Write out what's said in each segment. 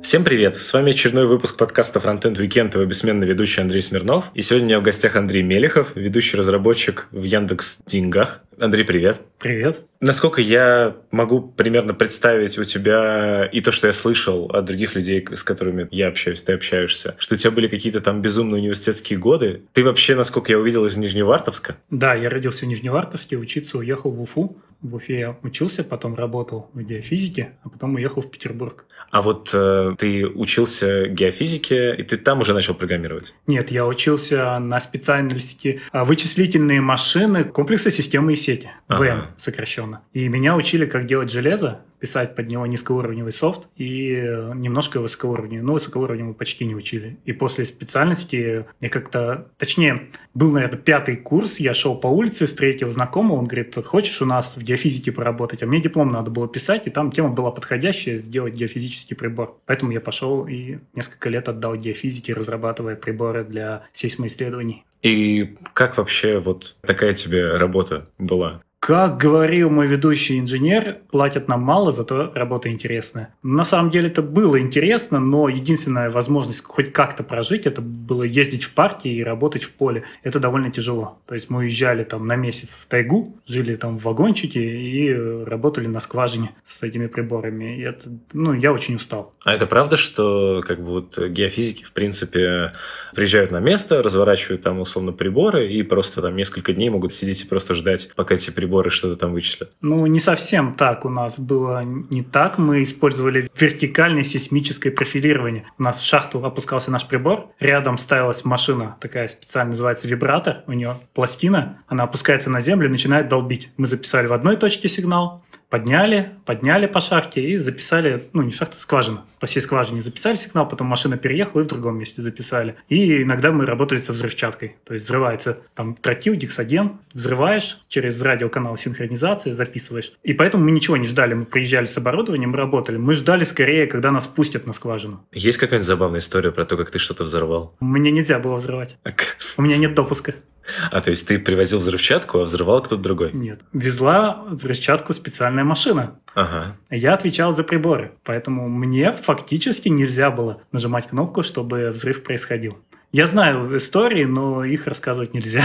Всем привет! С вами очередной выпуск подкаста Frontend Weekend, его бессменный ведущий Андрей Смирнов. И сегодня у меня в гостях Андрей Мелехов, ведущий разработчик в Яндекс.Деньгах. Андрей, привет! Привет! Насколько я могу примерно представить у тебя и то, что я слышал от других людей, с которыми я общаюсь, ты общаешься, что у тебя были какие-то там безумные университетские годы. Ты вообще, насколько я увидел, из Нижневартовска? Да, я родился в Нижневартовске, учиться уехал в Уфу. В Уфе я учился, потом работал в геофизике, а потом уехал в Петербург. А вот ты учился геофизике, и ты там уже начал программировать? Нет, я учился на специальности вычислительные машины комплекса системы и сети, ВМ сокращенно. И меня учили, как делать железо, писать под него низкоуровневый софт и немножко высокоуровневый. Но высокоуровневый почти не учили. И после специальности я как-то... Точнее, был, наверное, 5-й курс, я шел по улице, встретил знакомого, он говорит: хочешь у нас в геофизике поработать? А мне диплом надо было писать, и там тема была подходящая — сделать геофизический прибор. Поэтому я пошел и несколько лет отдал геофизике, разрабатывая приборы для сейсмоисследований. И как вообще вот такая тебе работа была? Как говорил мой ведущий инженер, платят нам мало, зато работа интересная. На самом деле это было интересно, но единственная возможность хоть как-то прожить — это было ездить в партии и работать в поле. Это довольно тяжело. То есть мы уезжали там на месяц в тайгу, жили там в вагончике и работали на скважине с этими приборами. И это, я очень устал. А это правда, что как бы вот геофизики, в принципе, приезжают на место, разворачивают там условно приборы и просто там несколько дней могут сидеть и просто ждать, пока эти приборы что-то там вычислят? Не совсем так у нас было не так. Мы использовали вертикальное сейсмическое профилирование. У нас в шахту опускался наш прибор, рядом ставилась машина, такая специально называется вибратор, у нее пластина, она опускается на землю и начинает долбить. Мы записали в одной точке сигнал, подняли по шахте и записали, не шахта, скважина. По всей скважине записали сигнал, потом машина переехала и в другом месте записали. И иногда мы работали со взрывчаткой. То есть взрывается там тротил, гексоген, взрываешь через радиоканал синхронизации, записываешь. И поэтому мы ничего не ждали. Мы приезжали с оборудованием, работали. Мы ждали скорее, когда нас пустят на скважину. Есть какая-нибудь забавная история про то, как ты что-то взорвал? Мне нельзя было взрывать. У меня нет допуска. То есть ты привозил взрывчатку, а взрывал кто-то другой? Нет. Везла взрывчатку специальная машина. Ага. Я отвечал за приборы, поэтому мне фактически нельзя было нажимать кнопку, чтобы взрыв происходил. Я знаю истории, но их рассказывать нельзя.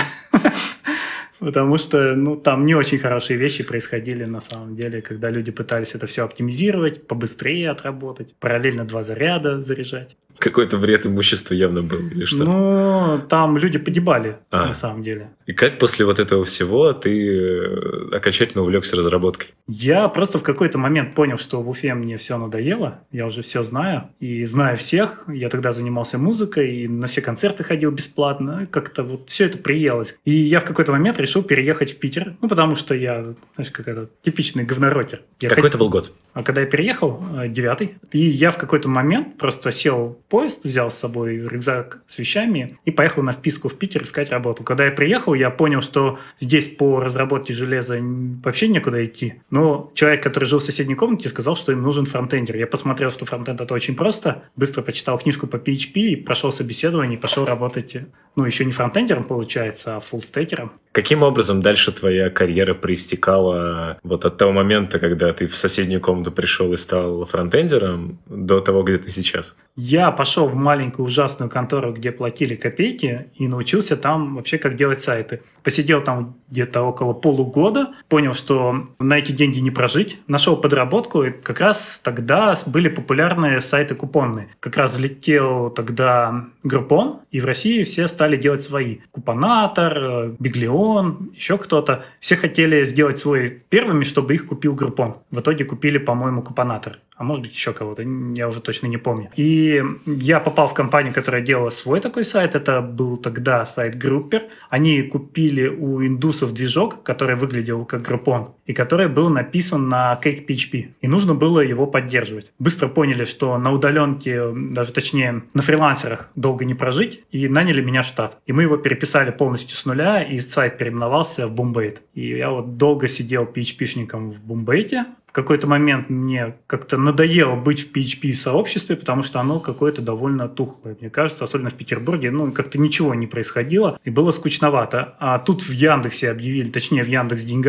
Потому что там не очень хорошие вещи происходили на самом деле, когда люди пытались это все оптимизировать, побыстрее отработать, параллельно 2 заряда заряжать. Какой-то вред имуществу явно был или что? Там люди погибали на самом деле. И как после вот этого всего ты окончательно увлекся разработкой? Я просто в какой-то момент понял, что в Уфе мне все надоело, я уже все знаю, и знаю всех. Я тогда занимался музыкой, и на все концерты ходил бесплатно, как-то вот все это приелось. И я в какой-то момент решил переехать в Питер, потому что я, знаешь, какой-то типичный говнорокер. Какой это был год? А когда я переехал, 9-й, и я в какой-то момент просто сел в поезд, взял с собой рюкзак с вещами и поехал на вписку в Питер искать работу. Когда я приехал, я понял, что здесь по разработке железа вообще некуда идти. Но человек, который жил в соседней комнате, сказал, что им нужен фронтендер. Я посмотрел, что фронтенд — это очень просто, быстро почитал книжку по PHP и прошел собеседование, и пошел работать, еще не фронтендером, получается, а фуллстекером. Каким образом дальше твоя карьера проистекала вот от того момента, когда ты в соседнюю комнату пришел и стал фронтендером, до того, где ты сейчас? Я пошел в маленькую ужасную контору, где платили копейки, и научился там вообще, как делать сайты. Посидел там где-то около полугода, понял, что на эти деньги не прожить. Нашел подработку, и как раз тогда были популярные сайты купонные. Как раз взлетел тогда Groupon, и в России все стали делать свои. Купонатор, Биглион, еще кто-то. Все хотели сделать свой первыми, чтобы их купил Groupon. В итоге купили, по-моему, Купонатор. А может быть, еще кого-то, я уже точно не помню. И я попал в компанию, которая делала свой такой сайт. Это был тогда сайт Grouper. Они купили у индусов движок, который выглядел как Groupon, и который был написан на Cake PHP. И нужно было его поддерживать. Быстро поняли, что на удаленке, даже точнее на фрилансерах, долго не прожить, и наняли меня в штат. И мы его переписали полностью с нуля, и сайт переименовался в Boombait. И я вот долго сидел PHP-шником в Boombait. В какой-то момент мне как-то надоело быть в PHP-сообществе, потому что оно какое-то довольно тухлое. Мне кажется, особенно в Петербурге, как-то ничего не происходило, и было скучновато. А тут в Яндексе объявили, точнее в Яндекс.Деньгах,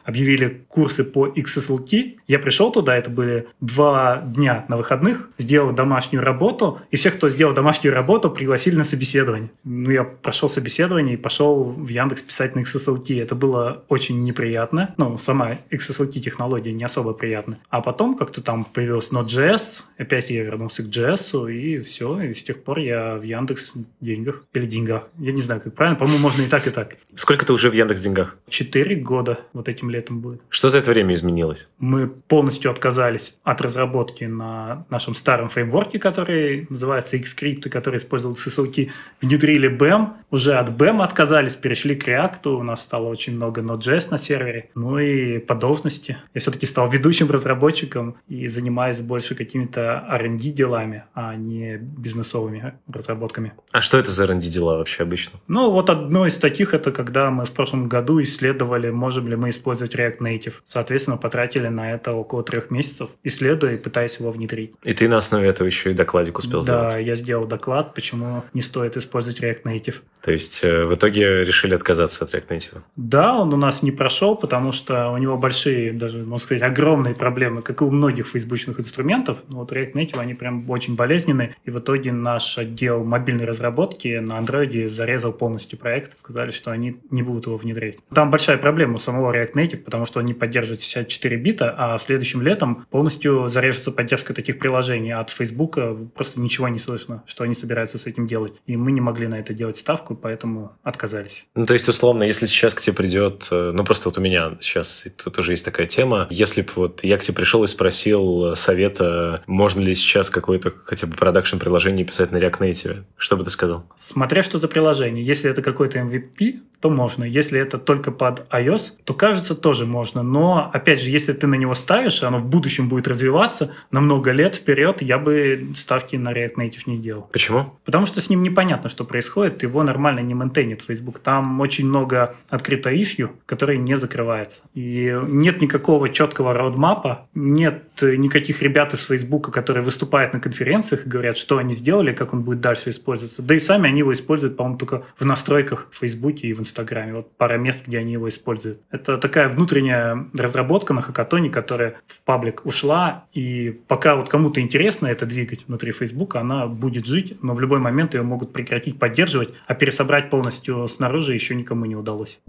объявили курсы по XSLT. Я пришел туда, это были 2 дня на выходных, сделал домашнюю работу, и всех, кто сделал домашнюю работу, пригласили на собеседование. Ну, я прошел собеседование и пошел в Яндекс писать на XSLT. Это было очень неприятно. Ну, сама XSLT-технология не особо приятная. А потом как-то там появился Node.js, опять я вернулся к JS, и все. И с тех пор я в Яндекс деньгах. Или деньгах. Я не знаю, как правильно. По-моему, можно и так, и так. Сколько ты уже в Яндекс Деньгах? 4 года вот этим летом будет. Что за это время изменилось? Мы полностью отказались от разработки на нашем старом фреймворке, который называется Xscript, который использовал XSLT. Внедрили BEM. Уже от BEM отказались, перешли к React. У нас стало очень много Node.js на сервере. Ну и по должности. Я все-таки стал ведущим разработчиком и занимаюсь больше какими-то R&D делами, а не бизнесовыми разработками. А что это за R&D дела вообще обычно? Ну, вот одно из таких, это когда мы в прошлом году исследовали, можем ли мы использовать React Native. Соответственно, потратили на это около 3 месяцев, исследуя и пытаясь его внедрить. И ты на основе этого еще и докладик успел сделать? Да, я сделал доклад, почему не стоит использовать React Native. То есть в итоге решили отказаться от React Native? Да, он у нас не прошел, потому что у него большие, даже, можно сказать, огромные проблемы, как и у многих фейсбучных инструментов. Вот React Native, они прям очень болезненные. И в итоге наш отдел мобильной разработки на Android зарезал полностью проект. Сказали, что они не будут его внедрять. Там большая проблема у самого React Native, потому что он не поддерживает 64 бита, а следующим летом полностью зарежется поддержка таких приложений. От Facebook просто ничего не слышно, что они собираются с этим делать. И мы не могли на это делать ставку, поэтому отказались. Ну, то есть, условно, если сейчас к тебе придет... Ну, просто вот у меня сейчас тут уже есть такая тема. Если бы вот я к тебе пришел и спросил совета, можно ли сейчас какое-то хотя бы продакшн-приложение писать на React Native, что бы ты сказал? Смотря что за приложение. Если это какой-то MVP, то можно. Если это только под iOS, то, кажется, тоже можно. Но, опять же, если ты на него ставишь, оно в будущем будет развиваться на много лет вперед, я бы ставки на React Native не делал. Почему? Потому что с ним непонятно, что происходит. Его нормально не мейнтейнит Facebook. Там очень много открыто issue, которые не закрываются. И нет никакого четкого роудмапа, нет никаких ребят из Facebook, которые выступают на конференциях и говорят, что они сделали, как он будет дальше использоваться. Да и сами они его используют, по-моему, только в настройках в Facebook и в Инстаграме. Вот пара мест, где они его используют. Это такая внутренняя разработка на хакатоне, которая в паблик ушла, и пока вот кому-то интересно это двигать внутри Facebook, она будет жить, но в любой момент ее могут прекратить поддерживать, а пересобрать полностью снаружи еще никому не удалось.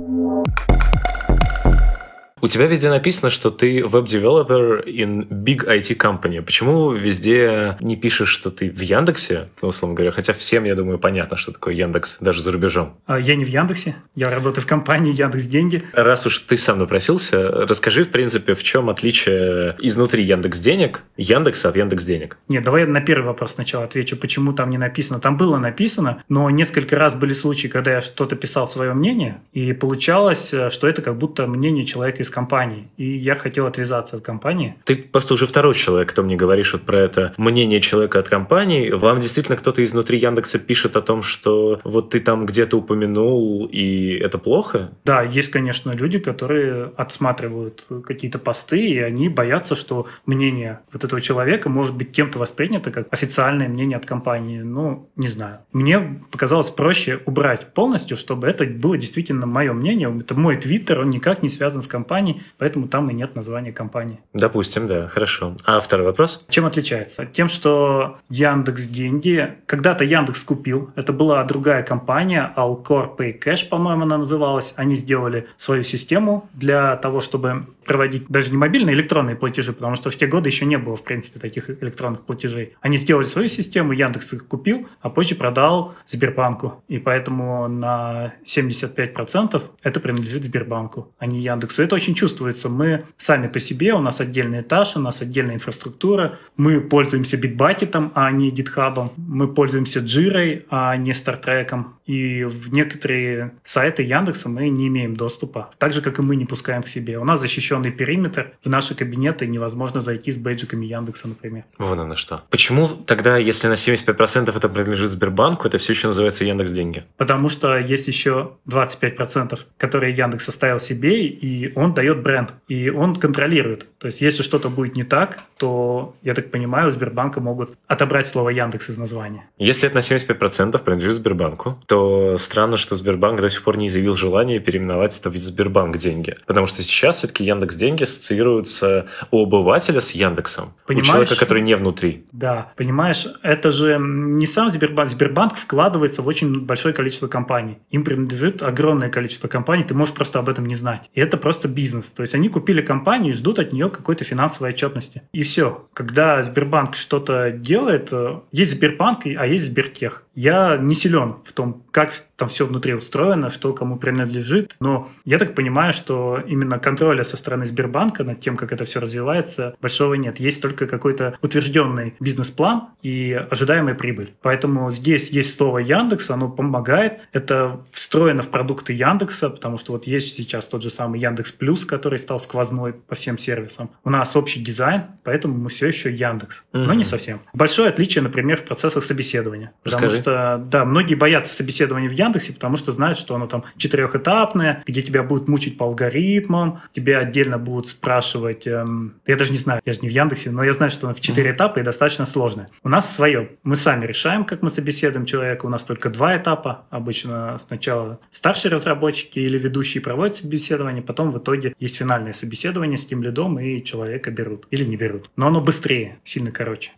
У тебя везде написано, что ты веб-девелопер in big IT company. Почему везде не пишешь, что ты в Яндексе, условно говоря? Хотя всем, я думаю, понятно, что такое Яндекс, даже за рубежом. Я не в Яндексе, я работаю в компании Яндекс.Деньги. Раз уж ты сам напросился, расскажи, в принципе, в чем отличие изнутри Яндекс.Денег Яндекса от Яндекс.Денег? Нет, давай я на первый вопрос сначала отвечу, почему там не написано. Там было написано, но несколько раз были случаи, когда я что-то писал свое мнение, и получалось, что это как будто мнение человека из компании. И я хотел отвязаться от компании. Ты просто уже второй человек, кто мне говоришь вот про это мнение человека от компании. Вам действительно кто-то изнутри Яндекса пишет о том, что вот ты там где-то упомянул, и это плохо? Да, есть, конечно, люди, которые отсматривают какие-то посты, и они боятся, что мнение вот этого человека может быть кем-то воспринято как официальное мнение от компании. Ну, не знаю. Мне показалось проще убрать полностью, чтобы это было действительно мое мнение. Это мой твиттер, он никак не связан с компанией, поэтому там и нет названия компании. Допустим, да, хорошо. А второй вопрос? Чем отличается? Тем, что Яндекс.Деньги, когда-то Яндекс купил, это была другая компания, Alcor PayCash, по-моему, она называлась. Они сделали свою систему для того, чтобы проводить даже не мобильные, а электронные платежи, потому что в те годы еще не было, в принципе, таких электронных платежей. Они сделали свою систему, Яндекс их купил, а позже продал Сбербанку. И поэтому на 75% это принадлежит Сбербанку, а не Яндексу. Это очень чувствуется. Мы сами по себе, у нас отдельный этаж, у нас отдельная инфраструктура. Мы пользуемся Bitbucket, а не GitHub. Мы пользуемся Jira, а не StarTrack. И в некоторые сайты Яндекса мы не имеем доступа. Так же, как и мы не пускаем к себе. У нас защищенный периметр. В наши кабинеты невозможно зайти с бейджиками Яндекса, например. Вон оно что. Почему тогда, если на 75% это принадлежит Сбербанку, это все еще называется Яндекс.Деньги? Потому что есть еще 25%, которые Яндекс оставил себе, и он дает бренд. И он контролирует. То есть, если что-то будет не так, то, я так понимаю, у Сбербанка могут отобрать слово Яндекс из названия. Если это на 75% принадлежит Сбербанку, то то странно, что Сбербанк до сих пор не изъявил желание переименовать это в Сбербанк деньги. Потому что сейчас все-таки Яндекс деньги ассоциируются у обывателя с Яндексом. Понимаешь? У человека, который не внутри. Да, понимаешь, это же не сам Сбербанк. Сбербанк вкладывается в очень большое количество компаний. Им принадлежит огромное количество компаний, ты можешь просто об этом не знать. И это просто бизнес. То есть они купили компанию и ждут от нее какой-то финансовой отчетности. И все. Когда Сбербанк что-то делает, есть Сбербанк, а есть Сбертех. Я не силен в том, как там все внутри устроено, что кому принадлежит, но я так понимаю, что именно контроля со стороны Сбербанка над тем, как это все развивается, большого нет. Есть только какой-то утвержденный бизнес-план и ожидаемая прибыль. Поэтому здесь есть слово Яндекс, оно помогает. Это встроено в продукты Яндекса, потому что вот есть сейчас тот же самый Яндекс Плюс, который стал сквозной по всем сервисам. У нас общий дизайн, поэтому мы все еще Яндекс, но не совсем. Большое отличие, например, в процессах собеседования. Потому что, да, многие боятся собеседования в Яндексе, потому что знают, что оно там 4-этапное, где тебя будут мучить по алгоритмам, тебя отдельно будут спрашивать, я даже не знаю, я же не в Яндексе, но я знаю, что оно в 4 этапа и достаточно сложное. У нас свое. Мы сами решаем, как мы собеседуем человека. У нас только 2 этапа. Обычно сначала старшие разработчики или ведущие проводят собеседование, потом в итоге есть финальное собеседование с тимлидом, и человека берут. Или не берут. Но оно быстрее, сильно короче.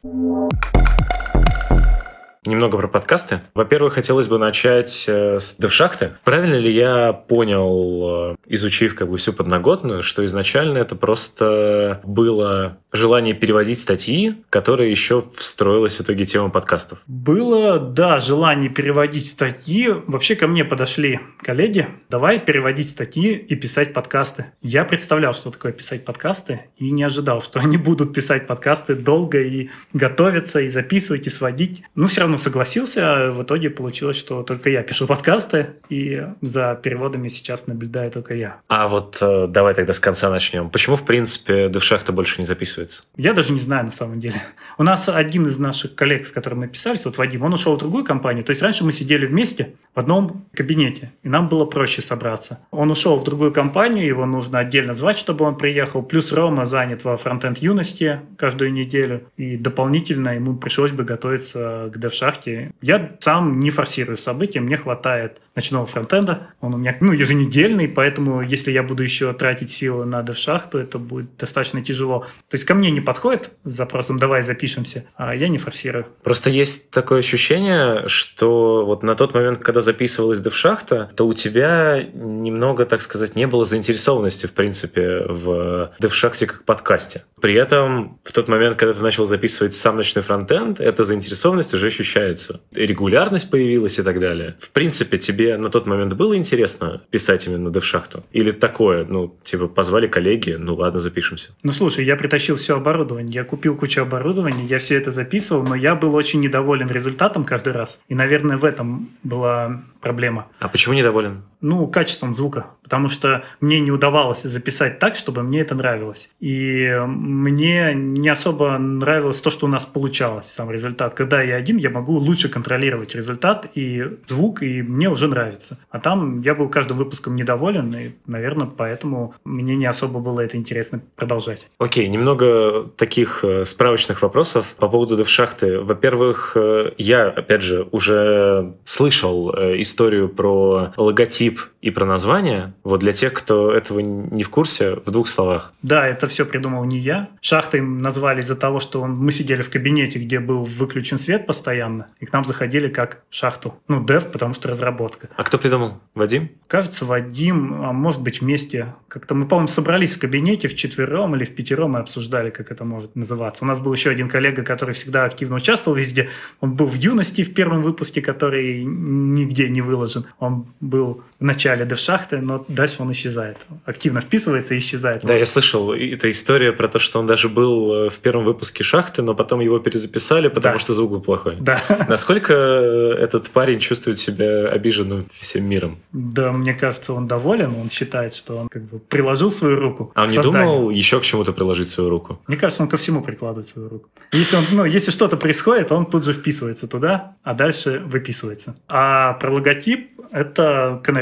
Немного про подкасты. Во-первых, хотелось бы начать с DevShaft. Правильно ли я понял, изучив всю подноготную, что изначально это просто было желание переводить статьи, которые еще встроилась в итоге тема подкастов? Было, да, желание переводить статьи. Вообще ко мне подошли коллеги. Давай переводить статьи и писать подкасты. Я представлял, что такое писать подкасты, и не ожидал, что они будут писать подкасты долго и готовиться, и записывать, и сводить. Ну, все равно согласился, а в итоге получилось, что только я пишу подкасты, и за переводами сейчас наблюдаю только я. А вот давай тогда с конца начнем. Почему, в принципе, DevShaft больше не записывается? Я даже не знаю на самом деле. У нас один из наших коллег, с которым мы писались, вот Вадим, он ушел в другую компанию. То есть раньше мы сидели вместе в одном кабинете, и нам было проще собраться. Он ушел в другую компанию, его нужно отдельно звать, чтобы он приехал. Плюс Рома занят во фронтенд юности каждую неделю, и дополнительно ему пришлось бы готовиться к DevShaft. Я сам не форсирую события, мне хватает ночного фронтенда, он у меня еженедельный, поэтому если я буду еще тратить силы на DevShaft, то это будет достаточно тяжело. То есть ко мне не подходит с запросом «давай запишемся», а я не форсирую. Просто есть такое ощущение, что вот на тот момент, когда записывалась DevShaft, то у тебя немного, так сказать, не было заинтересованности, в принципе, в DevShaft как подкасте. При этом в тот момент, когда ты начал записывать сам ночной фронтенд, эта заинтересованность уже ощущается. Регулярность появилась и так далее. В принципе, тебе на тот момент было интересно писать именно DevShaft? Или такое, позвали коллеги, ладно, запишемся? Слушай, я притащил все оборудование, я купил кучу оборудования, я все это записывал, но я был очень недоволен результатом каждый раз. И, наверное, в этом была проблема. А почему недоволен? Качеством звука. Потому что мне не удавалось записать так, чтобы мне это нравилось. И мне не особо нравилось то, что у нас получалось, сам результат. Когда я один, я могу лучше контролировать результат и звук, и мне уже нравится. А там я был каждым выпуском недоволен, и, наверное, поэтому мне не особо было это интересно продолжать. Окей, немного таких справочных вопросов по поводу DevShaft. Во-первых, я, опять же, уже слышал историю про логотип и про название. Вот для тех, кто этого не в курсе, в 2 словах. Да, это все придумал не я. Шахтой назвали из-за того, что мы сидели в кабинете, где был выключен свет постоянно, и к нам заходили как в шахту. Дев, потому что разработка. А кто придумал? Вадим? Кажется, Вадим, а может быть вместе. Как-то мы, по-моему, собрались в кабинете вчетвером или впятером и обсуждали, как это может называться. У нас был еще один коллега, который всегда активно участвовал везде. Он был в юности в первом выпуске, который нигде не выложен. Он был в начале DevShaft, но дальше он исчезает. Активно вписывается и исчезает. Да, я слышал. Это история про то, что он даже был в первом выпуске «Шахты», но потом его перезаписали, потому что звук был плохой. Да. Насколько этот парень чувствует себя обиженным всем миром? Да, мне кажется, он доволен. Он считает, что он приложил свою руку. А он не думал еще к чему-то приложить свою руку? Мне кажется, он ко всему прикладывает свою руку. Если что-то происходит, он тут же вписывается туда, а дальше выписывается. А про логотип — это канарейка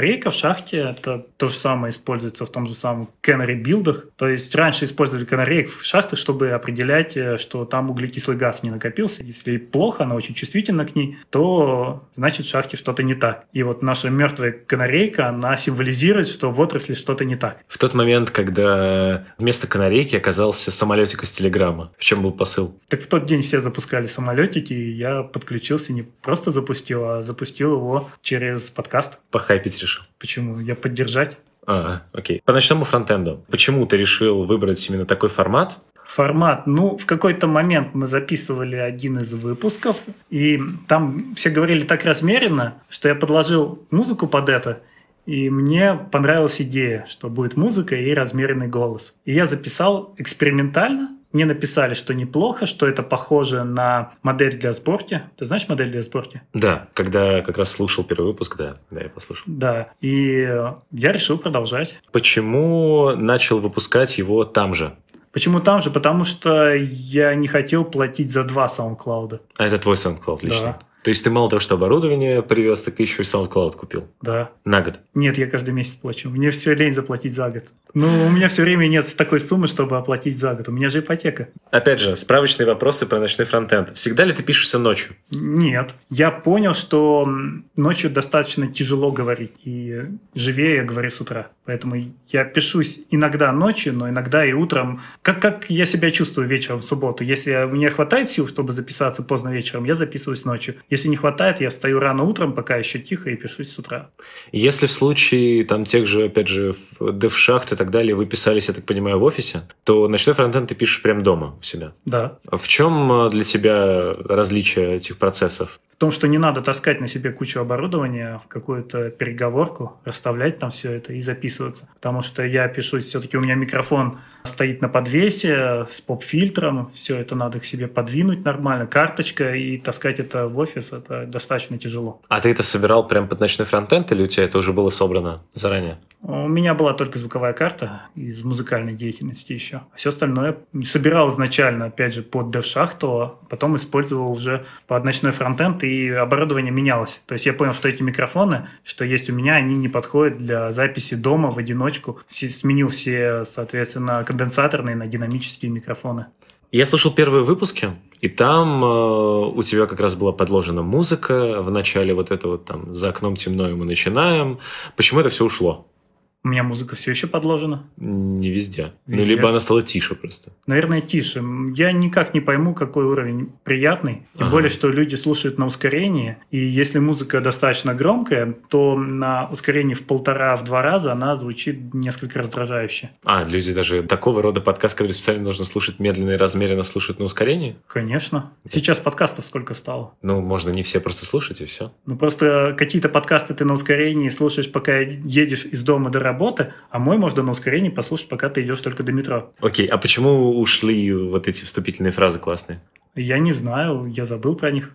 канарейка в шахте, это то же самое используется в том же самом canary билдах. То есть раньше использовали канареек в шахтах, чтобы определять, что там углекислый газ не накопился. Если плохо, она очень чувствительна к ней, то значит в шахте что-то не так. И вот наша мертвая канарейка, она символизирует, что в отрасли что-то не так. В тот момент, когда вместо канарейки оказался самолетик из Телеграма, в чем был посыл? Так в тот день все запускали самолетики, и я подключился, не просто запустил, а запустил его через подкаст. Похайпить решил. Почему? Я поддержать. Окей. По ночному фронтенду. Почему ты решил выбрать именно такой формат? Формат. В какой-то момент мы записывали один из выпусков, и там все говорили так размеренно, что я подложил музыку под это, и мне понравилась идея, что будет музыка и размеренный голос. И я записал экспериментально. Мне написали, что неплохо, что это похоже на модель для сборки. Ты знаешь модель для сборки? Да, когда как раз слушал первый выпуск, да, я послушал. Да, и я решил продолжать. Почему начал выпускать его там же? Почему там же? Потому что я не хотел платить за 2 SoundCloud. А это твой SoundCloud лично? Да. То есть ты мало того, что оборудование привез, так ты еще и SoundCloud купил? Да. На год? Нет, я каждый месяц плачу. Мне все лень заплатить за год. У меня все время нет такой суммы, чтобы оплатить за год. У меня же ипотека. Опять же, справочные вопросы про ночной фронтенд. Всегда ли ты пишешься ночью? Нет. Я понял, что ночью достаточно тяжело говорить. И живее я говорю с утра. Поэтому я пишусь иногда ночью, но иногда и утром. Как я себя чувствую вечером в субботу. Если мне хватает сил, чтобы записаться поздно вечером, я записываюсь ночью. Если не хватает, я встаю рано утром, пока еще тихо, и пишусь с утра. Если в случае тех же, опять же, DevShaft и так далее, вы писались, я так понимаю, в офисе, то ночной фронтенд ты пишешь прямо дома у себя. Да. В чем для тебя различие этих процессов? В том, что не надо таскать на себе кучу оборудования в какую-то переговорку, расставлять там все это и записываться. Потому что я пишусь, все-таки у меня микрофон стоит на подвесе с поп-фильтром, все это надо к себе подвинуть нормально, карточка, и таскать это в офис, это достаточно тяжело. А ты это собирал прям под ночной фронтенд, или у тебя это уже было собрано заранее? У меня была только звуковая карта из музыкальной деятельности еще. А все остальное собирал изначально, опять же, под DevShaft, а потом использовал уже под ночной фронтенд, и оборудование менялось. То есть я понял, что эти микрофоны, что есть у меня, они не подходят для записи дома в одиночку. Сменил все, соответственно, конденсаторные на динамические микрофоны. Я слушал первые выпуски, и там у тебя как раз была подложена музыка. В начале вот это вот там «За окном темно, и мы начинаем». Почему это все ушло? У меня музыка все еще подложена. Не везде. Везде. Либо она стала тише просто. Наверное, тише. Я никак не пойму, какой уровень приятный. Тем более, что люди слушают на ускорении. И если музыка достаточно громкая, то на ускорении в 1,5-2 раза она звучит несколько раздражающе. Люди даже такого рода подкаст, который специально нужно слушать медленно и размеренно, слушают на ускорении? Конечно. Сейчас подкастов сколько стало? Можно не все просто слушать, и все. Просто какие-то подкасты ты на ускорении слушаешь, пока едешь из дома до работы, а мой можно на ускорении послушать, пока ты идешь только до метро. Окей, а почему ушли вот эти вступительные фразы классные? Я не знаю, я забыл про них.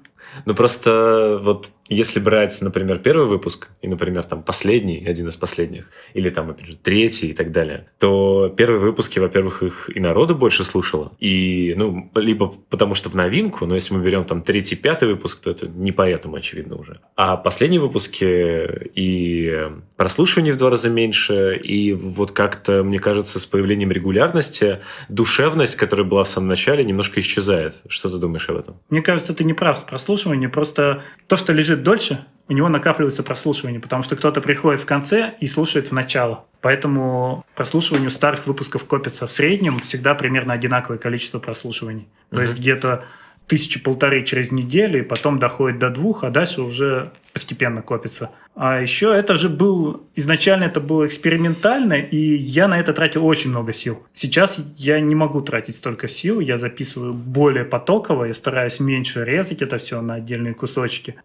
Просто вот если брать, например, первый выпуск и, например, там последний, один из последних, или там, опять же, третий и так далее, то первые выпуски, во-первых, их и народу больше слушало, и, либо потому что в новинку, но если мы берем там третий, пятый выпуск, то это не поэтому, очевидно, уже. А последние выпуски и прослушивание в 2 раза меньше, и вот как-то, мне кажется, с появлением регулярности душевность, которая была в самом начале, немножко исчезает. Что ты думаешь об этом? Мне кажется, ты не прав с прослушиванием, просто то, что лежит дольше, у него накапливается прослушивание, потому что кто-то приходит в конце и слушает в начало. Поэтому прослушивание старых выпусков копится в среднем всегда примерно одинаковое количество прослушиваний. То есть где-то 1000-1,5 через неделю, и потом доходит до 2, а дальше уже постепенно копится. А еще изначально это было экспериментально, и я на это тратил очень много сил. Сейчас я не могу тратить столько сил, я записываю более потоково, я стараюсь меньше резать это все на отдельные кусочки.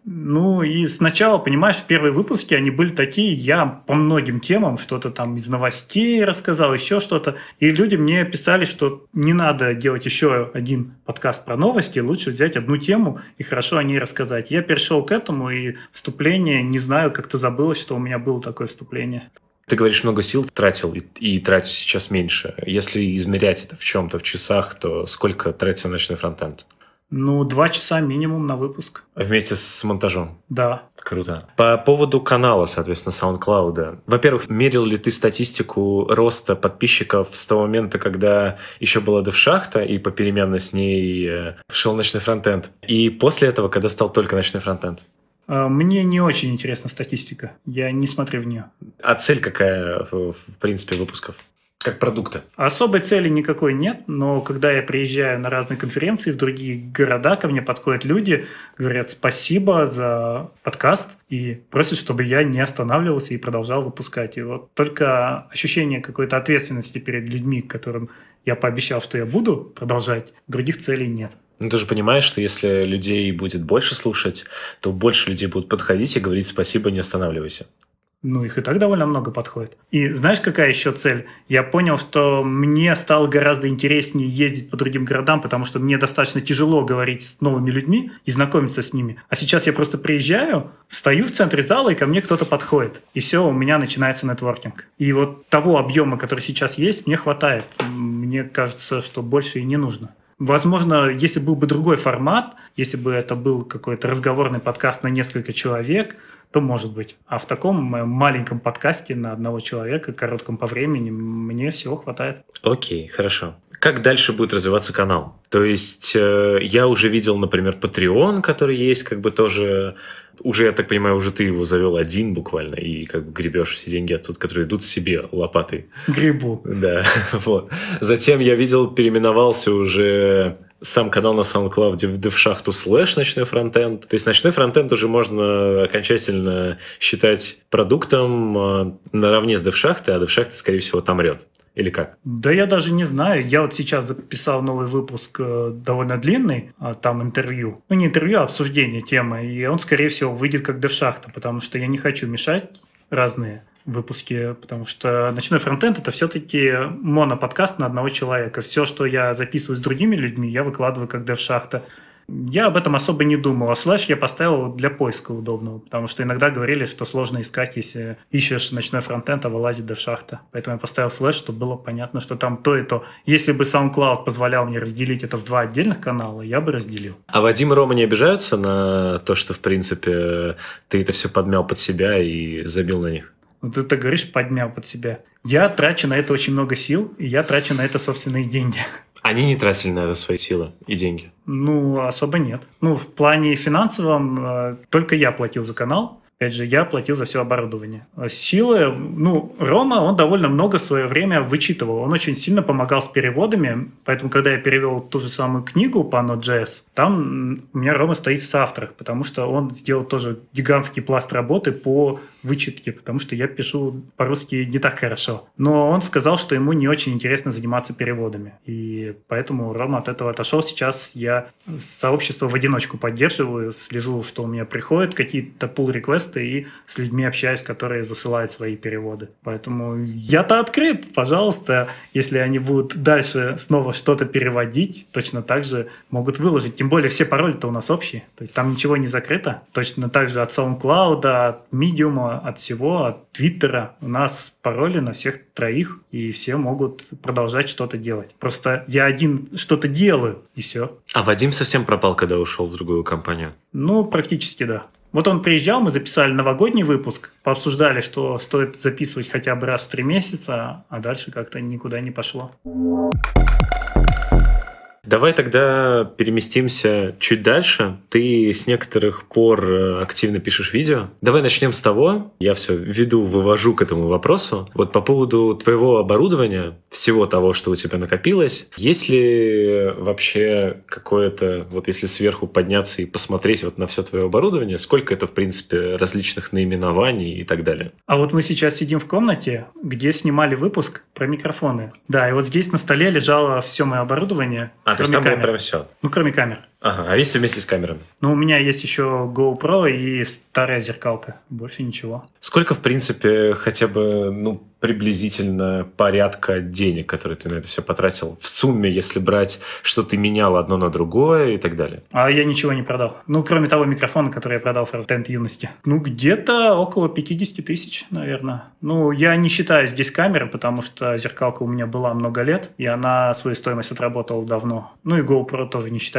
И сначала, понимаешь, первые выпуски, они были такие, я по многим темам что-то там из новостей рассказал, еще что-то, и люди мне писали, что не надо делать еще один подкаст про новости, лучше взять одну тему и хорошо о ней рассказать. Я перешел к этому, и вступление, не знаю, как-то забылось, что у меня было такое вступление. Ты говоришь, много сил тратил и тратишь сейчас меньше. Если измерять это в чем-то, в часах, то сколько тратится ночной фронтенд? Ну, 2 часа минимум на выпуск. Вместе с монтажом. Да. Круто. По поводу канала, соответственно, SoundCloud. Во-первых, мерил ли ты статистику роста подписчиков с того момента, когда еще была DevShachta, и попеременно с ней шел ночной фронтенд, и после этого, когда стал только ночной фронтенд? Мне не очень интересна статистика. Я не смотрю в нее. А цель какая, в принципе, выпусков? Как продукта? Особой цели никакой нет, но когда я приезжаю на разные конференции в другие города, ко мне подходят люди, говорят спасибо за подкаст и просят, чтобы я не останавливался и продолжал выпускать. И вот только ощущение какой-то ответственности перед людьми, которым я пообещал, что я буду продолжать, других целей нет. Ну, ты же понимаешь, что если людей будет больше слушать, то больше людей будут подходить и говорить спасибо, не останавливайся. Ну, их и так довольно много подходит. И знаешь, какая еще цель? Я понял, что мне стало гораздо интереснее ездить по другим городам, потому что мне достаточно тяжело говорить с новыми людьми и знакомиться с ними. А сейчас я просто приезжаю, стою в центре зала, и ко мне кто-то подходит. И все, у меня начинается нетворкинг. И вот того объема, который сейчас есть, мне хватает. Мне кажется, что больше и не нужно. Возможно, если был бы другой формат, если бы это был какой-то разговорный подкаст на несколько человек, то может быть. А в таком маленьком подкасте на одного человека, коротком по времени, мне всего хватает. Окей, хорошо. Как дальше будет развиваться канал? То есть я уже видел, например, Patreon, который есть, как бы тоже... Уже, я так понимаю, уже ты его завел один буквально, и как бы гребешь все деньги оттуда, которые идут себе лопатой. Грибу. Да, вот. Затем я видел, переименовался уже сам канал на SoundCloud в DevShachta / ночной фронтенд. То есть ночной фронтенд уже можно окончательно считать продуктом наравне с DevShachta, а DevShachta, скорее всего, там мрет. Или как? Да я даже не знаю. Я вот сейчас записал новый выпуск довольно длинный, там интервью. Ну, не интервью, а обсуждение темы. И он, скорее всего, выйдет как DevShachta, потому что я не хочу мешать разные выпуски, потому что ночной фронтенд — это все-таки моноподкаст на одного человека. Все, что я записываю с другими людьми, я выкладываю как DevShachta. Я об этом особо не думал. А слэш я поставил для поиска удобного, потому что иногда говорили, что сложно искать, если ищешь ночной фронтенд, а вылазит DevShachta. Поэтому я поставил слэш, чтобы было понятно, что там то и то. Если бы SoundCloud позволял мне разделить это в 2 отдельных канала, я бы разделил. А Вадим и Рома не обижаются на то, что, в принципе, ты это все подмял под себя и забил на них? Вот ты говоришь, подмял под себя. Я трачу на это очень много сил, и я трачу на это собственные деньги. Они не тратили на это свои силы и деньги? Ну, особо нет. Ну, в плане финансовом только я платил за канал. Опять же, я платил за все оборудование. Силы, ну, Рома, он довольно много в свое время вычитывал. Он очень сильно помогал с переводами. Поэтому, когда я перевел ту же самую книгу по Node.js, там у меня Рома стоит в соавторах, потому что он сделал тоже гигантский пласт работы по вычетке, потому что я пишу по-русски не так хорошо. Но он сказал, что ему не очень интересно заниматься переводами. И поэтому Рома от этого отошел. Сейчас я сообщество в одиночку поддерживаю, слежу, что у меня приходят какие-то pull-реквесты, и с людьми общаюсь, которые засылают свои переводы. Поэтому я-то открыт, пожалуйста. Если они будут дальше снова что-то переводить, точно так же могут выложить. Тем более все пароли-то у нас общие. То есть там ничего не закрыто. Точно так же от SoundCloud, от Medium, от всего, от Твиттера. У нас пароли на всех 3, и все могут продолжать что-то делать. Просто я один что-то делаю, и все. А Вадим совсем пропал, когда ушел в другую компанию? Ну, практически да. Вот он приезжал, мы записали новогодний выпуск, пообсуждали, что стоит записывать хотя бы раз в 3 месяца, а дальше как-то никуда не пошло. Давай тогда переместимся чуть дальше. Ты с некоторых пор активно пишешь видео. Давай начнем с того, я все вывожу к этому вопросу. Вот по поводу твоего оборудования, всего того, что у тебя накопилось, есть ли вообще какое-то, вот если сверху подняться и посмотреть вот на все твое оборудование, сколько это, в принципе, различных наименований и так далее? А вот мы сейчас сидим в комнате, где снимали выпуск про микрофоны. Да, и вот здесь на столе лежало все мое оборудование. То есть там было прям все? Ну, кроме камер. Ага, а если вместе с камерами? Ну, у меня есть еще GoPro и старая зеркалка. Больше ничего. Сколько, в принципе, хотя бы, приблизительно порядка денег, которые ты на это все потратил в сумме, если брать, что ты менял одно на другое и так далее? А я ничего не продал. Ну, кроме того микрофона, который я продал в фронтенд юности. Ну, где-то около 50 тысяч, наверное. Ну, я не считаю здесь камеры, потому что зеркалка у меня была много лет, и она свою стоимость отработала давно. Ну, и GoPro тоже не считаю, потому что оно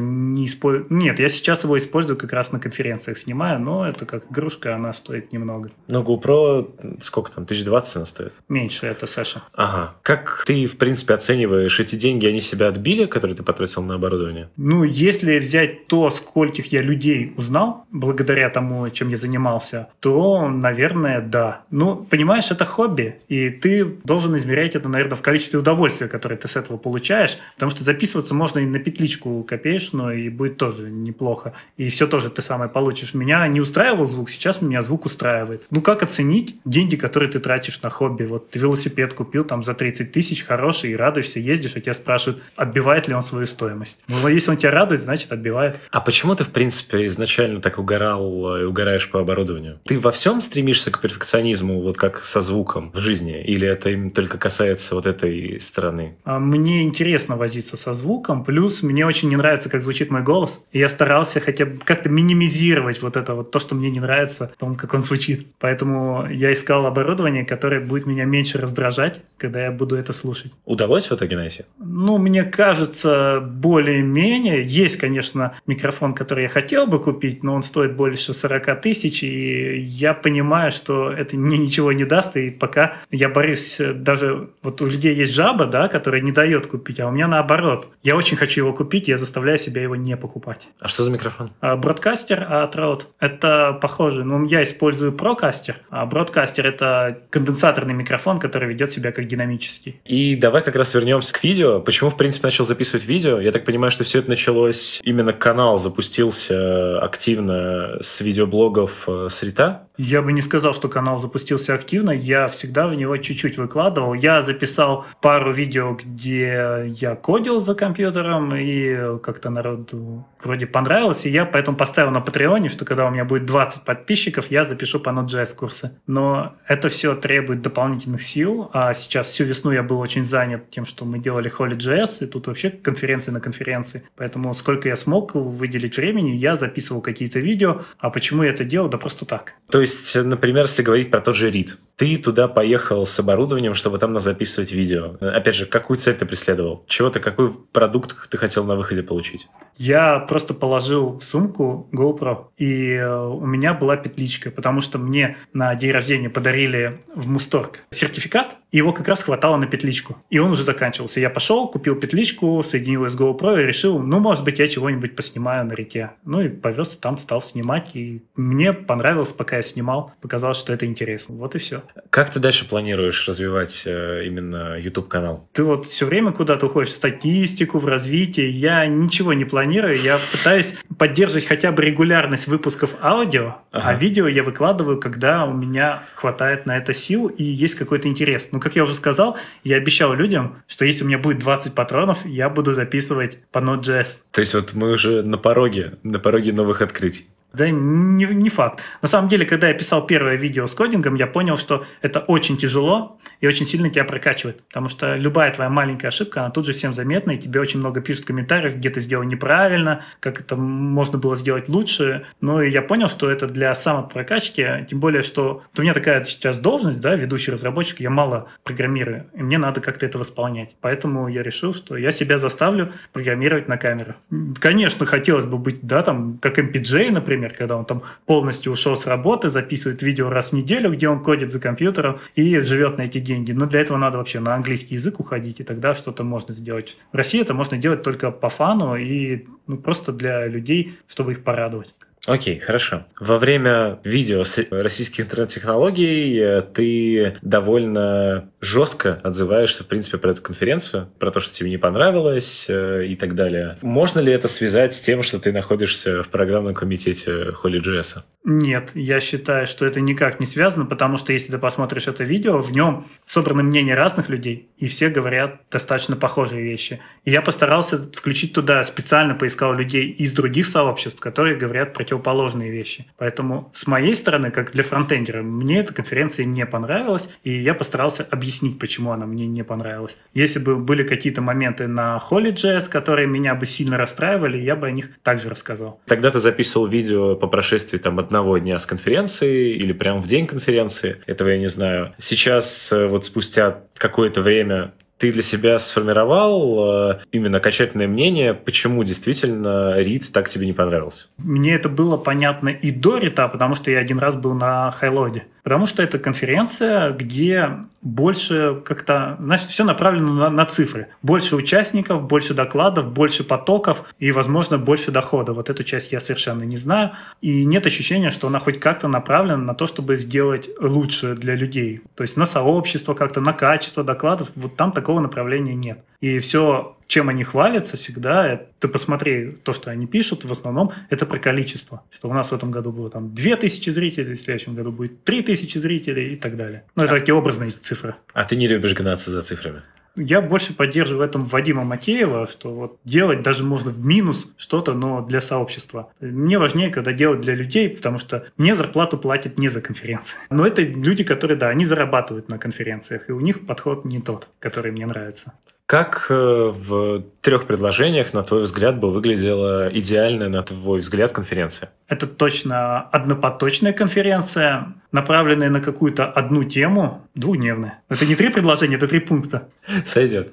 не использую. Нет, я сейчас его использую как раз на конференциях снимаю, но это как игрушка, она стоит немного. Но GoPro, сколько там, 1020 она стоит? Меньше, это Саша. Ага. Как ты, в принципе, оцениваешь эти деньги, они себя отбили, которые ты потратил на оборудование? Ну, если взять то, скольких я людей узнал, благодаря тому, чем я занимался, то, наверное, да. Ну, понимаешь, это хобби, и ты должен измерять это, наверное, в количестве удовольствия, которое ты с этого получаешь, потому что записываться можно и на петличку копеечную, и будет тоже неплохо. И все тоже ты самое получишь. Меня не устраивал звук, сейчас меня звук устраивает. Ну, как оценить деньги, которые ты тратишь на хобби? Вот ты велосипед купил там за 30 тысяч, хороший, и радуешься, ездишь, а тебя спрашивают, отбивает ли он свою стоимость. Ну, если он тебя радует, значит, отбивает. А почему ты, в принципе, изначально так угорал и угораешь по оборудованию? Ты во всем стремишься к перфекционизму, вот как со звуком в жизни? Или это именно только касается вот этой стороны? Мне интересно возиться со звуком, плюс мне очень не нравится, как звучит мой голос. И я старался хотя бы как-то минимизировать вот это вот то, что мне не нравится, в том, как он звучит. Поэтому я искал оборудование, которое будет меня меньше раздражать, когда я буду это слушать. Удалось в итоге найти? Ну, мне кажется, более-менее. Есть, конечно, микрофон, который я хотел бы купить, но он стоит больше 40 тысяч, и я понимаю, что это мне ничего не даст, и пока я борюсь, даже вот у людей есть жаба, да, которая не дает купить, а у меня наоборот. Я очень хочу его купить, я заставляю себя его не покупать. А что за микрофон? Бродкастер от Rode. Это похоже, ну, я использую прокастер, а бродкастер — это конденсаторный микрофон, который ведет себя как динамический. И давай как раз вернемся к видео. Почему, в принципе, начал записывать видео? Я так понимаю, что все это началось, именно канал запустился активно с видеоблогов с Рита? Я бы не сказал, что канал запустился активно, я всегда в него чуть-чуть выкладывал. Я записал пару видео, где я кодил за компьютером, и как-то народу вроде понравилось, и я поэтому поставил на Патреоне, что когда у меня будет 20 подписчиков, я запишу по Node.js курсы. Но это все требует дополнительных сил, а сейчас всю весну я был очень занят тем, что мы делали Holy.js, и тут вообще конференции на конференции. Поэтому сколько я смог выделить времени, я записывал какие-то видео. А почему я это делал? Да просто так. То есть, например, если говорить про тот же Рид, ты туда поехал с оборудованием, чтобы там записывать видео. Опять же, какую цель ты преследовал? Какой продукт ты хотел на выходе получить? Я просто положил в сумку GoPro, и у меня была петличка, потому что мне на день рождения подарили в Мусторг сертификат, и его как раз хватало на петличку. И он уже заканчивался. Я пошел, купил петличку, соединил ее с GoPro и решил, ну, может быть, я чего-нибудь поснимаю на Рите. Ну, и повез там, стал снимать, и мне понравилось, пока я снимал, показалось, что это интересно. Вот и все. Как ты дальше планируешь развивать именно YouTube-канал? Ты вот все время куда-то уходишь в статистику, в развитие. Я ничего не планирую. Я пытаюсь поддерживать хотя бы регулярность выпусков аудио, а видео я выкладываю, когда у меня хватает на это сил и есть какой-то интерес. Ну, как я уже сказал, я обещал людям, что если у меня будет 20 патронов, я буду записывать по Node.js. То есть вот мы уже на пороге новых открытий. Да, не факт. На самом деле, когда я писал первое видео с кодингом, я понял, что это очень тяжело и очень сильно тебя прокачивает. Потому что любая твоя маленькая ошибка, она тут же всем заметна, и тебе очень много пишут в комментариях, где ты сделал неправильно, как это можно было сделать лучше. Ну, и я понял, что это для самопрокачки, тем более, что вот у меня такая сейчас должность, да, ведущий разработчик, я мало программирую, и мне надо как-то это восполнять. Поэтому я решил, что я себя заставлю программировать на камеру. Конечно, хотелось бы быть, да, там, как MPJ, например, когда он там полностью ушел с работы, записывает видео раз в неделю, где он кодит за компьютером и живет на эти деньги. Но для этого надо вообще на английский язык уходить, и тогда что-то можно сделать. В России это можно делать только по фану и просто для людей, чтобы их порадовать. Окей, хорошо. Во время видео с российских интернет-технологий ты довольно жестко отзываешься, в принципе, про эту конференцию, про то, что тебе не понравилось и так далее. Можно ли это связать с тем, что ты находишься в программном комитете Holy.js? Нет, я считаю, что это никак не связано, потому что если ты посмотришь это видео, в нем собраны мнения разных людей, и все говорят достаточно похожие вещи. И я постарался включить туда, специально поискал людей из других сообществ, которые говорят противоположные вещи. Поэтому с моей стороны, как для фронтендера, мне эта конференция не понравилась, и я постарался объяснить, почему она мне не понравилась. Если бы были какие-то моменты на Holy.js, которые меня бы сильно расстраивали, я бы о них также рассказал. Тогда ты записывал видео по прошествии одного дня с конференции или прямо в день конференции, этого я не знаю. Сейчас, вот спустя какое-то время, ты для себя сформировал именно окончательное мнение, почему действительно READ так тебе не понравился? Мне это было понятно и до рита, потому что я один раз был на Хайлоде. Потому что это конференция, где больше как-то, значит, все направлено на цифры. Больше участников, больше докладов, больше потоков и, возможно, больше дохода. Вот эту часть я совершенно не знаю. И нет ощущения, что она хоть как-то направлена на то, чтобы сделать лучше для людей. То есть на сообщество как-то, на качество докладов. Вот там такого направления нет. И все, чем они хвалятся всегда, ты посмотри, то, что они пишут, в основном это про количество. Что у нас в этом году было там 2000 зрителей, в следующем году будет 3000 зрителей и так далее. Ну, это такие образные цифры. А ты не любишь гнаться за цифрами? Я больше поддерживаю в этом Вадима Матеева, что вот делать даже можно в минус что-то, но для сообщества. Мне важнее, когда делать для людей, потому что мне зарплату платят не за конференции. Но это люди, которые, да, они зарабатывают на конференциях, и у них подход не тот, который мне нравится. Как в 3 предложениях, на твой взгляд, бы выглядела идеальная, на твой взгляд, конференция? Это точно однопоточная конференция, направленная на какую-то одну тему, двухдневная. Это не 3 предложения, это 3 пункта. Сойдет.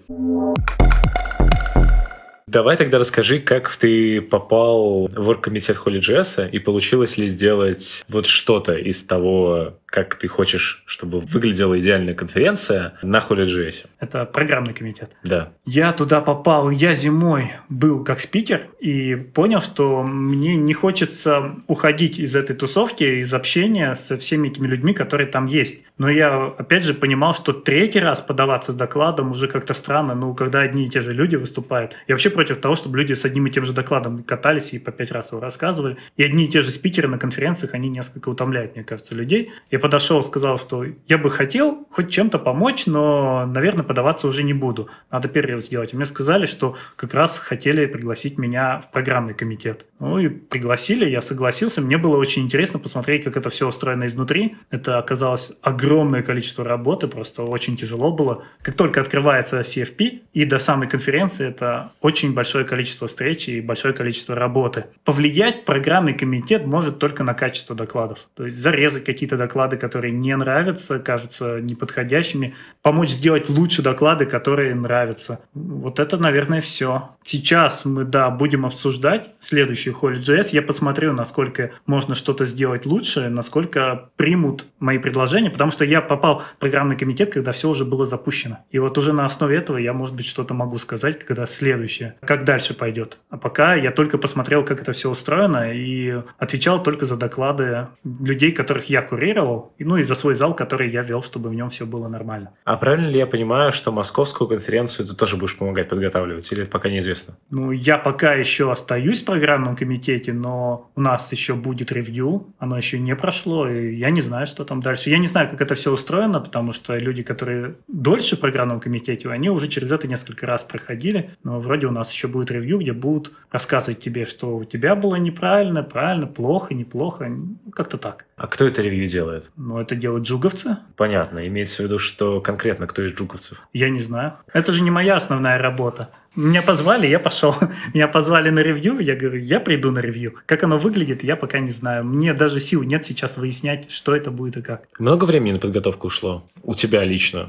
Давай тогда расскажи, как ты попал в оргкомитет HolyJS и получилось ли сделать вот что-то из того, как ты хочешь, чтобы выглядела идеальная конференция на HolyJS. Это программный комитет. Да. Я туда попал, я зимой был как спикер и понял, что мне не хочется уходить из этой тусовки, из общения со всеми этими людьми, которые там есть. Но я, опять же, понимал, что 3-й раз подаваться с докладом уже как-то странно, когда одни и те же люди выступают. Я вообще против того, чтобы люди с одним и тем же докладом катались и по 5 раз его рассказывали. И одни и те же спикеры на конференциях, они несколько утомляют, мне кажется, людей. Я подошел, сказал, что я бы хотел хоть чем-то помочь, но, наверное, подаваться уже не буду. Надо перерыв сделать. И мне сказали, что как раз хотели пригласить меня в программный комитет. Ну и пригласили, я согласился. Мне было очень интересно посмотреть, как это все устроено изнутри. Это оказалось огромное количество работы, просто очень тяжело было. Как только открывается CFP и до самой конференции, это очень большое количество встреч и большое количество работы. Повлиять программный комитет может только на качество докладов. То есть зарезать какие-то доклады, которые не нравятся, кажутся неподходящими, помочь сделать лучше доклады, которые нравятся. Вот это, наверное, все. Сейчас мы, будем обсуждать следующий HolyJS. Я посмотрю, насколько можно что-то сделать лучше, насколько примут мои предложения, потому что я попал в программный комитет, когда все уже было запущено. И вот уже на основе этого я, может быть, что-то могу сказать, когда следующее, как дальше пойдет. А пока я только посмотрел, как это все устроено, и отвечал только за доклады людей, которых я курировал, и за свой зал, который я вел, чтобы в нем все было нормально. А правильно ли я понимаю, что московскую конференцию ты тоже будешь помогать подготавливать, или это пока неизвестно? Я пока еще остаюсь в программном комитете, но у нас еще будет ревью, оно еще не прошло, и я не знаю, что там дальше. Я не знаю, как это все устроено, потому что люди, которые дольше в программном комитете, они уже через это несколько раз проходили, но вроде у нас еще будет ревью, где будут рассказывать тебе, что у тебя было неправильно, правильно, плохо, неплохо, как-то так. А кто это ревью делает? Это делают джуговцы. Понятно. Имеется в виду, что конкретно кто из джуговцев? Я не знаю. Это же не моя основная работа. Меня позвали, я пошел. Меня позвали на ревью, я говорю, я приду на ревью. Как оно выглядит, я пока не знаю. Мне даже сил нет сейчас выяснять, что это будет и как. Много времени на подготовку ушло? У тебя лично,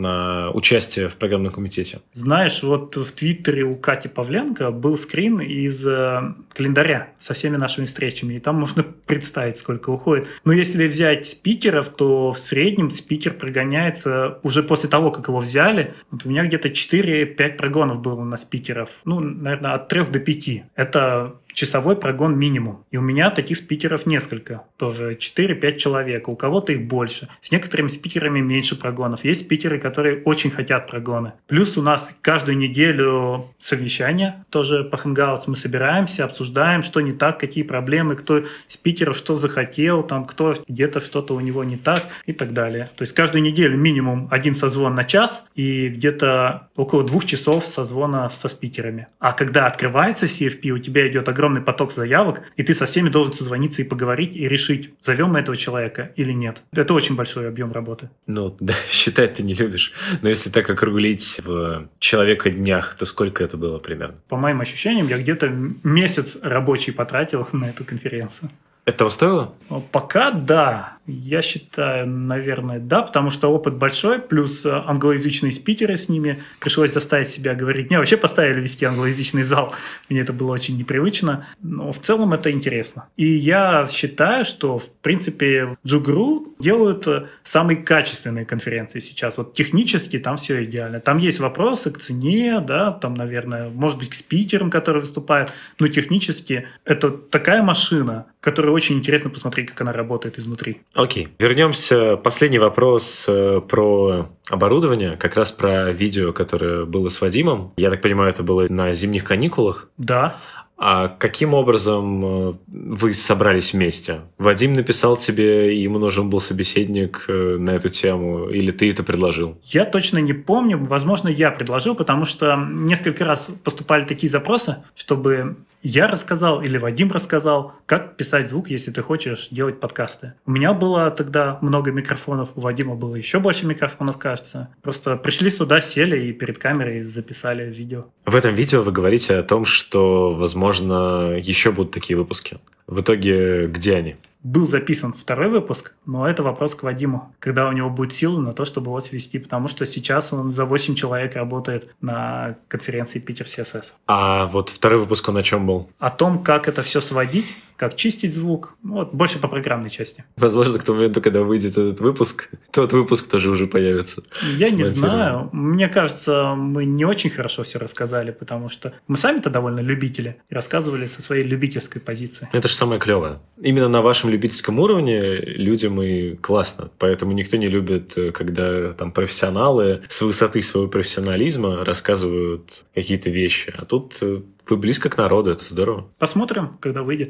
на участие в программном комитете? Знаешь, в Твиттере у Кати Павленко был скрин из календаря со всеми нашими встречами. И там можно представить, сколько уходит. Но если взять спикеров, то в среднем спикер прогоняется уже после того, как его взяли. У меня где-то 4-5 прогонов было на спикеров, наверное, от 3 до 5. Это часовой прогон минимум. И у меня таких спикеров несколько. Тоже 4-5 человек. У кого-то их больше. С некоторыми спикерами меньше прогонов. Есть спикеры, которые очень хотят прогоны. Плюс у нас каждую неделю совещания. Тоже по Hangouts мы собираемся, обсуждаем, что не так, какие проблемы, кто спикеров что захотел, кто где-то что-то у него не так и так далее. То есть каждую неделю минимум 1 созвон на час и где-то около 2 часов созвона со спикерами. А когда открывается CFP, у тебя идет огромный поток заявок, и ты со всеми должен созвониться и поговорить, и решить, зовем мы этого человека или нет. Это очень большой объем работы. Считать ты не любишь. Но если так округлить в человека днях, то сколько это было примерно? По моим ощущениям, я где-то месяц рабочий потратил на эту конференцию. Этого стоило? Пока да. Я считаю, наверное, да, потому что опыт большой, плюс англоязычные спикеры с ними. Пришлось заставить себя говорить. Мне вообще поставили вести англоязычный зал. Мне это было очень непривычно. Но в целом это интересно. И я считаю, что, в принципе, Джугру делают самые качественные конференции сейчас. Вот технически там все идеально. Там есть вопросы к цене, да, там, наверное, может быть, к спикерам, которые выступают. Но технически это такая машина, которую очень интересно посмотреть, как она работает изнутри. Окей. Вернемся. Последний вопрос про оборудование, как раз про видео, которое было с Вадимом. Я так понимаю, это было на зимних каникулах? Да. А каким образом вы собрались вместе? Вадим написал тебе, и ему нужен был собеседник на эту тему, или ты это предложил? Я точно не помню. Возможно, я предложил, потому что несколько раз поступали такие запросы, чтобы я рассказал или Вадим рассказал, как писать звук, если ты хочешь делать подкасты. У меня было тогда много микрофонов, у Вадима было еще больше микрофонов, кажется. Просто пришли сюда, сели и перед камерой записали видео. В этом видео вы говорите о том, что, возможно, еще будут такие выпуски. В итоге, где они? Был записан второй выпуск, но это вопрос к Вадиму, когда у него будет силы на то, чтобы его свести, потому что сейчас он за 8 человек работает на конференции Питер CSS. А вот второй выпуск он о чем был? О том, как это все сводить, как чистить звук, вот больше по программной части. Возможно, к тому моменту, когда выйдет этот выпуск, тот выпуск тоже уже появится. Я не знаю. Мне кажется, мы не очень хорошо все рассказали, потому что мы сами-то довольно любители и рассказывали со своей любительской позиции. Это же самое клевое. Именно на вашем любительском уровне людям и классно. Поэтому никто не любит, когда там профессионалы с высоты своего профессионализма рассказывают какие-то вещи. А тут вы близко к народу, это здорово. Посмотрим, когда выйдет.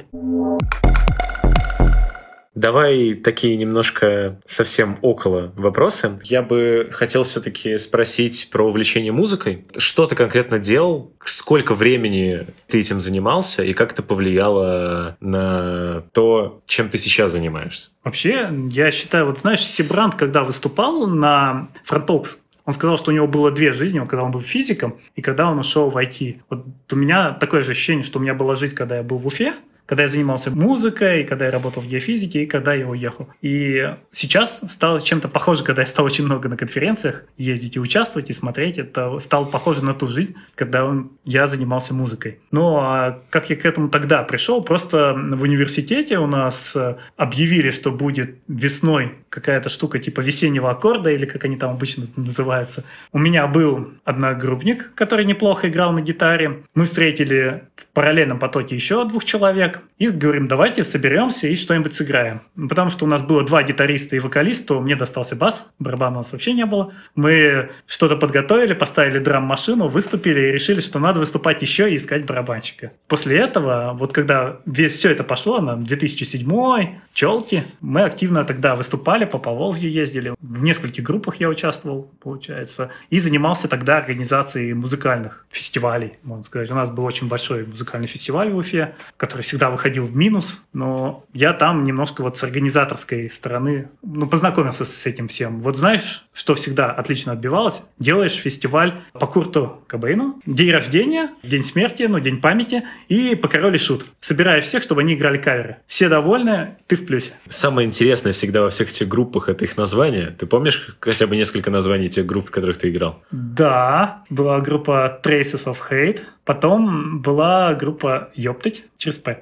Давай такие немножко совсем около вопросы. Я бы хотел все-таки спросить про увлечение музыкой. Что ты конкретно делал? Сколько времени ты этим занимался? И как это повлияло на то, чем ты сейчас занимаешься? Вообще, я считаю, вот знаешь, Сибрант, когда выступал на Frontalks, он сказал, что у него было две жизни, когда он был физиком и когда он ушел в IT. Вот у меня такое же ощущение, что у меня была жизнь, когда я был в Уфе, когда я занимался музыкой, когда я работал в геофизике и когда я уехал. И сейчас стало чем-то похоже, когда я стал очень много на конференциях ездить и участвовать, и смотреть. Это стало похоже на ту жизнь, когда я занимался музыкой. Но как я к этому тогда пришел? Просто в университете у нас объявили, что будет весной какая-то штука типа весеннего аккорда, или как они там обычно называются. У меня был одногруппник, который неплохо играл на гитаре. Мы встретили в параллельном потоке еще 2 человек. И говорим, давайте соберемся и что-нибудь сыграем. Потому что у нас было 2 гитариста и вокалист, то мне достался бас, барабана у нас вообще не было. Мы что-то подготовили, поставили драм-машину, выступили и решили, что надо выступать еще и искать барабанщика. После этого, вот когда все это пошло, на 2007 «Челки», мы активно тогда выступали, по Поволжью ездили. В нескольких группах я участвовал, получается. И занимался тогда организацией музыкальных фестивалей, можно сказать. У нас был очень большой музыкальный фестиваль в Уфе, который всегда выходил в минус, но я там немножко вот с организаторской стороны, познакомился с этим всем. Вот знаешь, что всегда отлично отбивалось? Делаешь фестиваль по Курту Кобейну, день рождения, день смерти, день памяти и по Король и Шут. Собираешь всех, чтобы они играли каверы. Все довольны, ты в плюсе. Самое интересное всегда во всех этих группах — это их название. Ты помнишь хотя бы несколько названий тех групп, в которых ты играл? Да, была группа Traces of Hate, потом была группа Ёптать через П.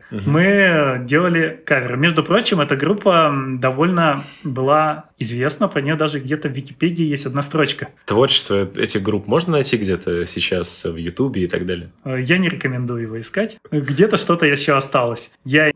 Мы делали каверы. Между прочим, эта группа довольно была известна, про нее даже где-то в Википедии есть одна строчка. Творчество этих групп можно найти где-то сейчас в Ютубе и так далее? Я не рекомендую его искать. Где-то что-то еще осталось. Я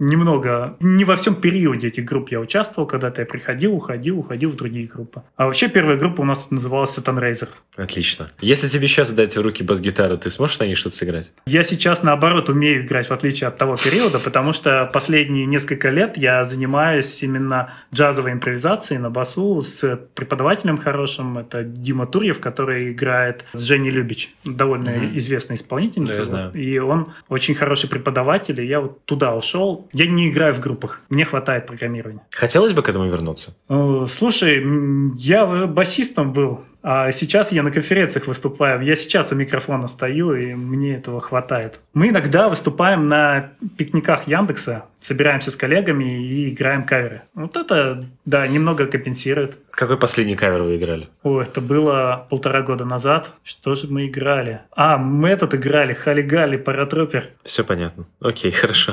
не во всем периоде этих групп я участвовал, когда-то я приходил, уходил в другие группы. А вообще первая группа у нас называлась Satan Razors. Отлично. Если тебе сейчас дать в руки бас-гитару, ты сможешь на ней что-то сыграть? Я сейчас, наоборот, умею играть, в отличие от того периода, потому что последние несколько лет я занимаюсь именно джазовой импровизацией на басу с преподавателем хорошим. Это Дима Турьев, который играет с Женей Любич. Довольно известный исполнитель. Да, я знаю. И он очень хороший преподаватель, и я вот туда ушел. Я не играю в группах, мне хватает программирования. Хотелось бы к этому вернуться? Слушай, я уже басистом был А сейчас я на конференциях выступаю. Я сейчас у микрофона стою, и мне этого хватает. Мы иногда выступаем на пикниках Яндекса, собираемся с коллегами и играем каверы. Вот это, да, немного компенсирует. Какой последний кавер вы играли? О, это было 1,5 года назад. Что же мы играли? Мы этот играли, Хали-Гали, Паратрупер. Все понятно. Окей, хорошо.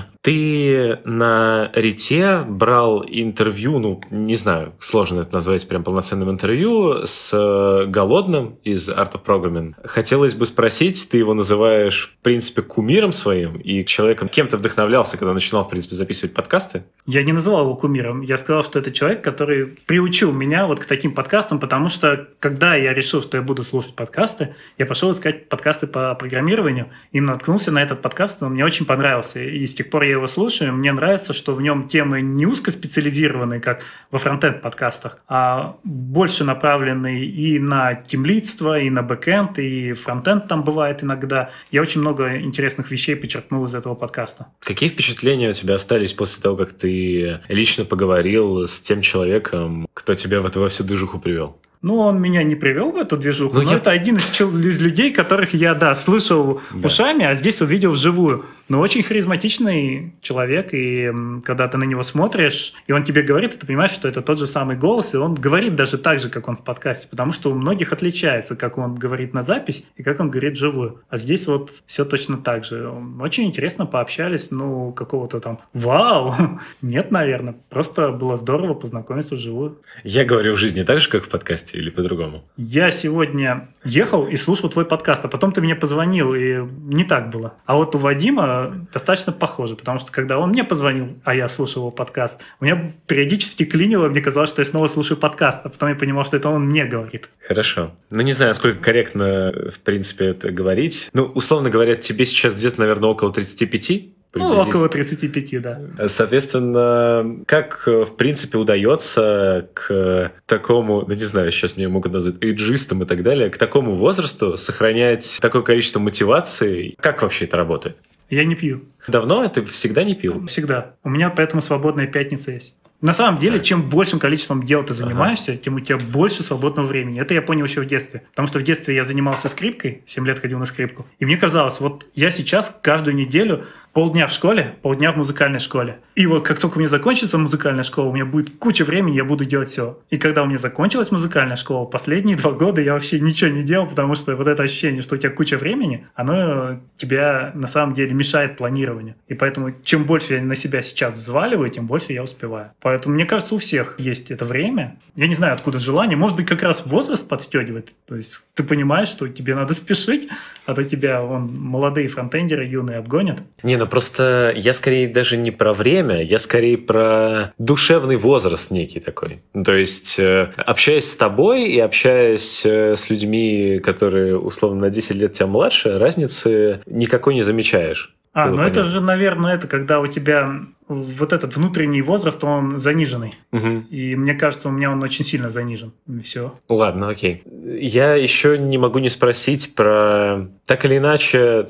Ты на Рите брал интервью, ну, не знаю, сложно это назвать прям полноценным интервью, с Голодным из Art of Programming. Хотелось бы спросить, ты его называешь, в принципе, кумиром своим и человеком, кем ты вдохновлялся, когда начинал, в принципе, записывать подкасты? Я не называл его кумиром. Я сказал, что это человек, который приучил меня вот к таким подкастам, потому что, когда я решил, что я буду слушать подкасты, я пошел искать подкасты по программированию и наткнулся на этот подкаст, он мне очень понравился. И с тех пор я его слушаю. Мне нравится, что в нем темы не узкоспециализированные, как во фронтенд подкастах, а больше направленные и на тимлидство, и на бэкэнд, и фронтенд там бывает иногда. Я очень много интересных вещей подчеркнул из этого подкаста. Какие впечатления у тебя остались после того, как ты лично поговорил с тем человеком, кто тебя в эту всю движуху привел? Ну, он меня не привел в эту движуху, но это один из людей, которых я, слышал ушами, а здесь увидел вживую. Но очень харизматичный человек, и когда ты на него смотришь, и он тебе говорит, и ты понимаешь, что это тот же самый голос, и он говорит даже так же, как он в подкасте, потому что у многих отличается, как он говорит на запись и как он говорит вживую. А здесь вот все точно так же. Очень интересно пообщались, какого-то там вау, нет, наверное. Просто было здорово познакомиться вживую. Я говорю в жизни так же, как в подкасте, или по-другому? Я сегодня ехал и слушал твой подкаст, а потом ты мне позвонил, и не так было. А вот у Вадима достаточно похоже, потому что когда он мне позвонил, а я слушал его подкаст, у меня периодически клинило, мне казалось, что я снова слушаю подкаст, а потом я понимал, что это он мне говорит. Хорошо. Не знаю, насколько корректно, в принципе, это говорить. Условно говоря, тебе сейчас где-то, наверное, около 35? Около 35, да. Соответственно, как, в принципе, удается к такому, не знаю, сейчас меня могут назвать эйджистом и так далее, к такому возрасту сохранять такое количество мотивации? Как вообще это работает? Я не пью. Давно? Ты всегда не пил? Всегда. У меня поэтому свободная пятница есть. На самом деле, чем большим количеством дел ты занимаешься, тем у тебя больше свободного времени. Это я понял еще в детстве. Потому что в детстве я занимался скрипкой, 7 лет ходил на скрипку. И мне казалось, вот я сейчас каждую неделю полдня в школе, полдня в музыкальной школе. И вот как только у меня закончится музыкальная школа, у меня будет куча времени, я буду делать все. И когда у меня закончилась музыкальная школа, последние 2 года я вообще ничего не делал, потому что вот это ощущение, что у тебя куча времени, оно тебя на самом деле мешает планированию. И поэтому чем больше я на себя сейчас взваливаю, тем больше я успеваю. Поэтому, мне кажется, у всех есть это время. Я не знаю, откуда желание. Может быть, как раз возраст подстегивает. То есть ты понимаешь, что тебе надо спешить, а то тебя молодые фронтендеры юные обгонят. Просто я скорее даже не про время, я скорее про душевный возраст некий такой. То есть, общаясь с тобой и общаясь с людьми, которые, условно, на 10 лет тебя младше, разницы никакой не замечаешь. Это же, наверное, это когда у тебя вот этот внутренний возраст, он заниженный. Угу. И мне кажется, у меня он очень сильно занижен. И все. Ладно, окей. Я еще не могу не спросить про... Так или иначе,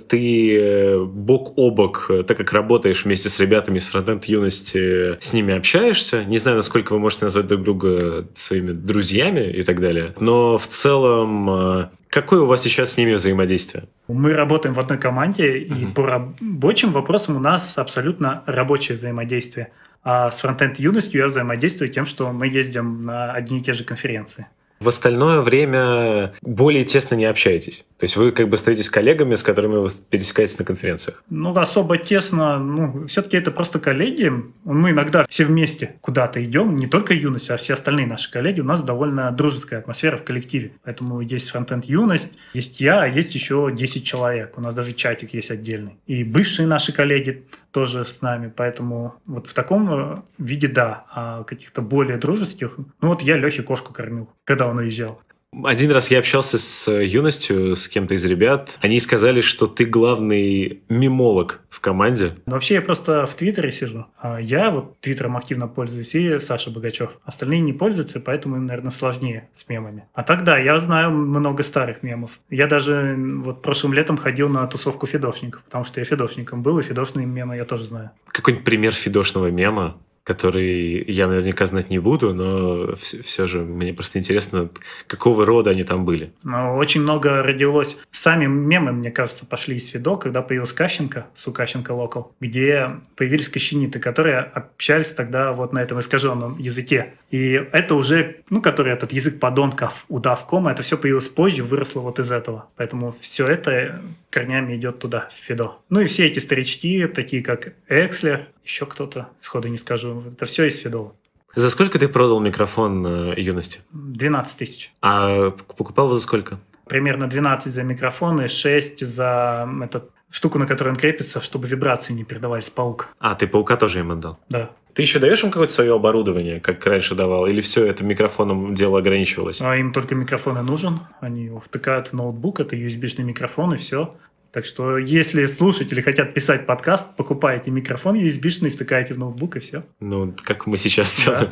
ты бок о бок, так как работаешь вместе с ребятами из фронтенд юности, с ними общаешься. Не знаю, насколько вы можете назвать друг друга своими друзьями и так далее. Но в целом... Какое у вас сейчас с ними взаимодействие? Мы работаем в одной команде, и по рабочим вопросам у нас абсолютно рабочее взаимодействие. А с фронтенд юностью я взаимодействую тем, что мы ездим на одни и те же конференции. В остальное время более тесно не общаетесь? То есть вы как бы остаетесь коллегами, с которыми вы пересекаетесь на конференциях? Особо тесно. Все-таки это просто коллеги. Мы иногда все вместе куда-то идем. Не только юность, а все остальные наши коллеги. У нас довольно дружеская атмосфера в коллективе. Поэтому есть фронтенд юность, есть я, а есть еще 10 человек. У нас даже чатик есть отдельный. И бывшие наши коллеги тоже с нами. Поэтому вот в таком виде да. А каких-то более дружеских... я Лехе кошку кормил, когда он уезжал. Один раз я общался с юностью, с кем-то из ребят. Они сказали, что ты главный мемолог в команде. Вообще я просто в Твиттере сижу. Я Твиттером активно пользуюсь, и Саша Богачев. Остальные не пользуются, поэтому им, наверное, сложнее с мемами. А так да, я знаю много старых мемов. Я даже прошлым летом ходил на тусовку фидошников, потому что я фидошником был, и фидошные мемы я тоже знаю. Какой-нибудь пример фидошного мема? который я наверняка знать не буду, но все же мне просто интересно, какого рода они там были. Но очень много родилось. Сами мемы, мне кажется, пошли из Фидо, когда появился Кащенко, Сукащенко Локал, где появились кащениты, которые общались тогда вот на этом искаженном языке. И это уже, который этот язык подонков, удавкома, это все появилось позже, выросло вот из этого. Поэтому все это корнями идет туда, в Фидо. Ну и все эти старички, такие как Экслер, еще кто-то, сходу не скажу, это все из Фидо. За сколько ты продал микрофон юности? 12 тысяч. А покупал его за сколько? Примерно 12 за микрофон и 6 за эту штуку, на которой он крепится, чтобы вибрации не передавались, паук. А, ты паука тоже им отдал? Да. Ты еще даешь им какое-то свое оборудование, как раньше давал? Или все это микрофоном дело ограничивалось? А им только микрофон и нужен. Они его втыкают в ноутбук, это USB-шный микрофон и все. Так что, если слушатели хотят писать подкаст, покупаете микрофон USB-шный, втыкаете в ноутбук и все. Ну, как мы сейчас делаем.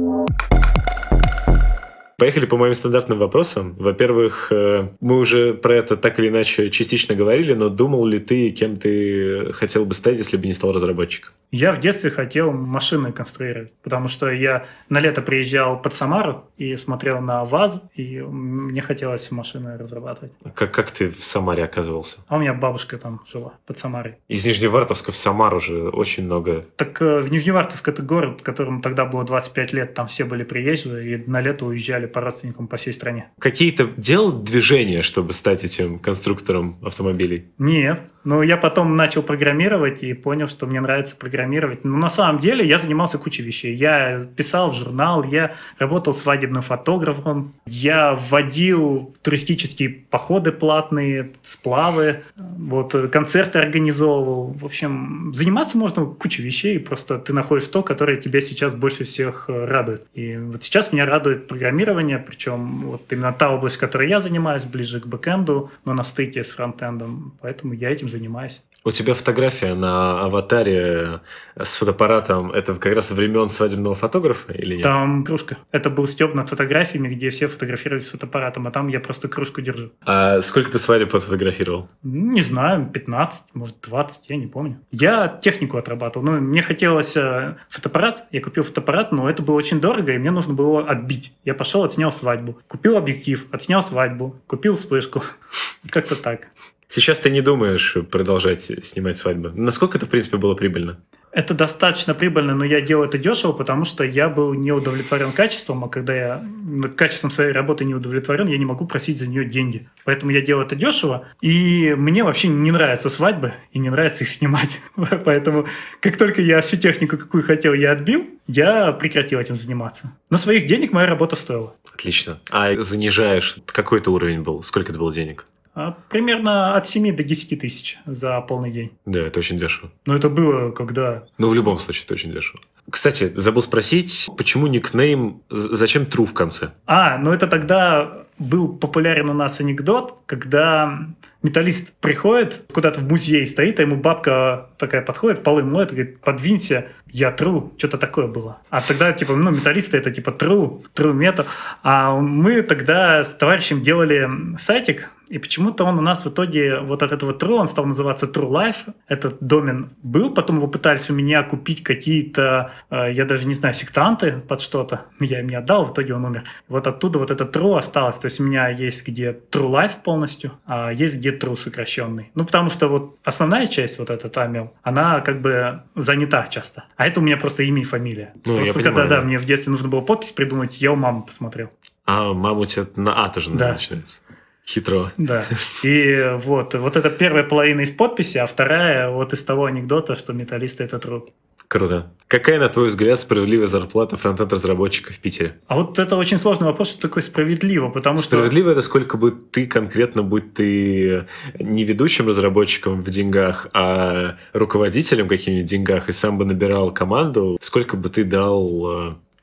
Поехали по моим стандартным вопросам. Во-первых, мы уже про это так или иначе частично говорили, но думал ли ты, кем ты хотел бы стать, если бы не стал разработчиком? Я в детстве хотел машины конструировать, потому что я на лето приезжал под Самару и смотрел на ВАЗ, и мне хотелось машины разрабатывать. Как ты в Самаре оказывался? А у меня бабушка там жила, под Самарой. Из Нижневартовска в Самару уже очень много. Так в Нижневартовск это город, которому тогда было 25 лет, там все были приезжие, и на лето уезжали по родственникам по всей стране. Какие-то делал движения, чтобы стать этим конструктором автомобилей? Нет. Но я потом начал программировать и понял, что мне нравится программировать. Но на самом деле я занимался кучей вещей. Я писал в журнал, я работал свадебным фотографом, я вводил туристические походы платные, сплавы, вот, концерты организовывал. В общем, заниматься можно кучей вещей, просто ты находишь то, которое тебя сейчас больше всех радует. И вот сейчас меня радует программирование, причем вот именно та область, которой я занимаюсь, ближе к бэкэнду, но на стыке с фронтендом. Поэтому я этим занимаюсь. У тебя фотография на аватаре с фотоаппаратом, это как раз времен свадебного фотографа или нет? Там кружка. Это был стёб над фотографиями, где все фотографировались с фотоаппаратом, а там я просто кружку держу. А сколько ты свадеб отфотографировал? Не знаю, 15, может 20, я не помню. Я технику отрабатывал. Ну, мне хотелось фотоаппарат, я купил фотоаппарат, но это было очень дорого, и мне нужно было его отбить. Я пошел, отснял свадьбу. Купил объектив, отснял свадьбу, купил вспышку. Как-то так. Сейчас ты не думаешь продолжать снимать свадьбы? Насколько это, в принципе, было прибыльно? Это достаточно прибыльно, но я делал это дешево, потому что я был не удовлетворен качеством, а когда я качеством своей работы не удовлетворен, я не могу просить за нее деньги. Поэтому я делал это дешево, и мне вообще не нравятся свадьбы, и не нравится их снимать. Поэтому как только я всю технику, какую хотел, я отбил, я прекратил этим заниматься. Но своих денег моя работа стоила. Отлично. А занижаешь, какой это уровень был? Сколько это было денег? Примерно от 7 до 10 тысяч за полный день. Да, это очень дешево. Но это было когда... Ну, в любом случае, это очень дешево. Кстати, забыл спросить, почему никнейм, зачем true в конце? Ну это тогда был популярен у нас анекдот, когда металлист приходит куда-то в музей, стоит, а ему бабка такая подходит, полы моет, говорит, подвинься, я true, что-то такое было. А тогда, металлисты это true metal. А мы тогда с товарищем делали сайтик, и почему-то он у нас в итоге, вот от этого true, он стал называться True Life. Этот домен был, потом его пытались у меня купить какие-то, я даже не знаю, сектанты под что-то. Я им не отдал, в итоге он умер. Вот оттуда вот это true осталось. То есть у меня есть где True Life полностью, а есть где true сокращенный. Ну, потому что вот основная часть, вот этот амел, она как бы занята часто. А это у меня просто имя и фамилия. Ну, просто я когда, понимаю, мне в детстве нужно было подпись придумать, я у мамы посмотрел. А мама у тебя на А тоже начинается? Хитро. Да. И вот это первая половина из подписи, а вторая вот из того анекдота, что металлисты — это true. Круто. Какая, на твой взгляд, справедливая зарплата фронтенд-разработчика в Питере? А вот это очень сложный вопрос, что такое справедливо, потому что... Справедливо — это сколько бы ты конкретно, будь ты не ведущим разработчиком в деньгах, а руководителем каким-нибудь в деньгах, и сам бы набирал команду, сколько бы ты дал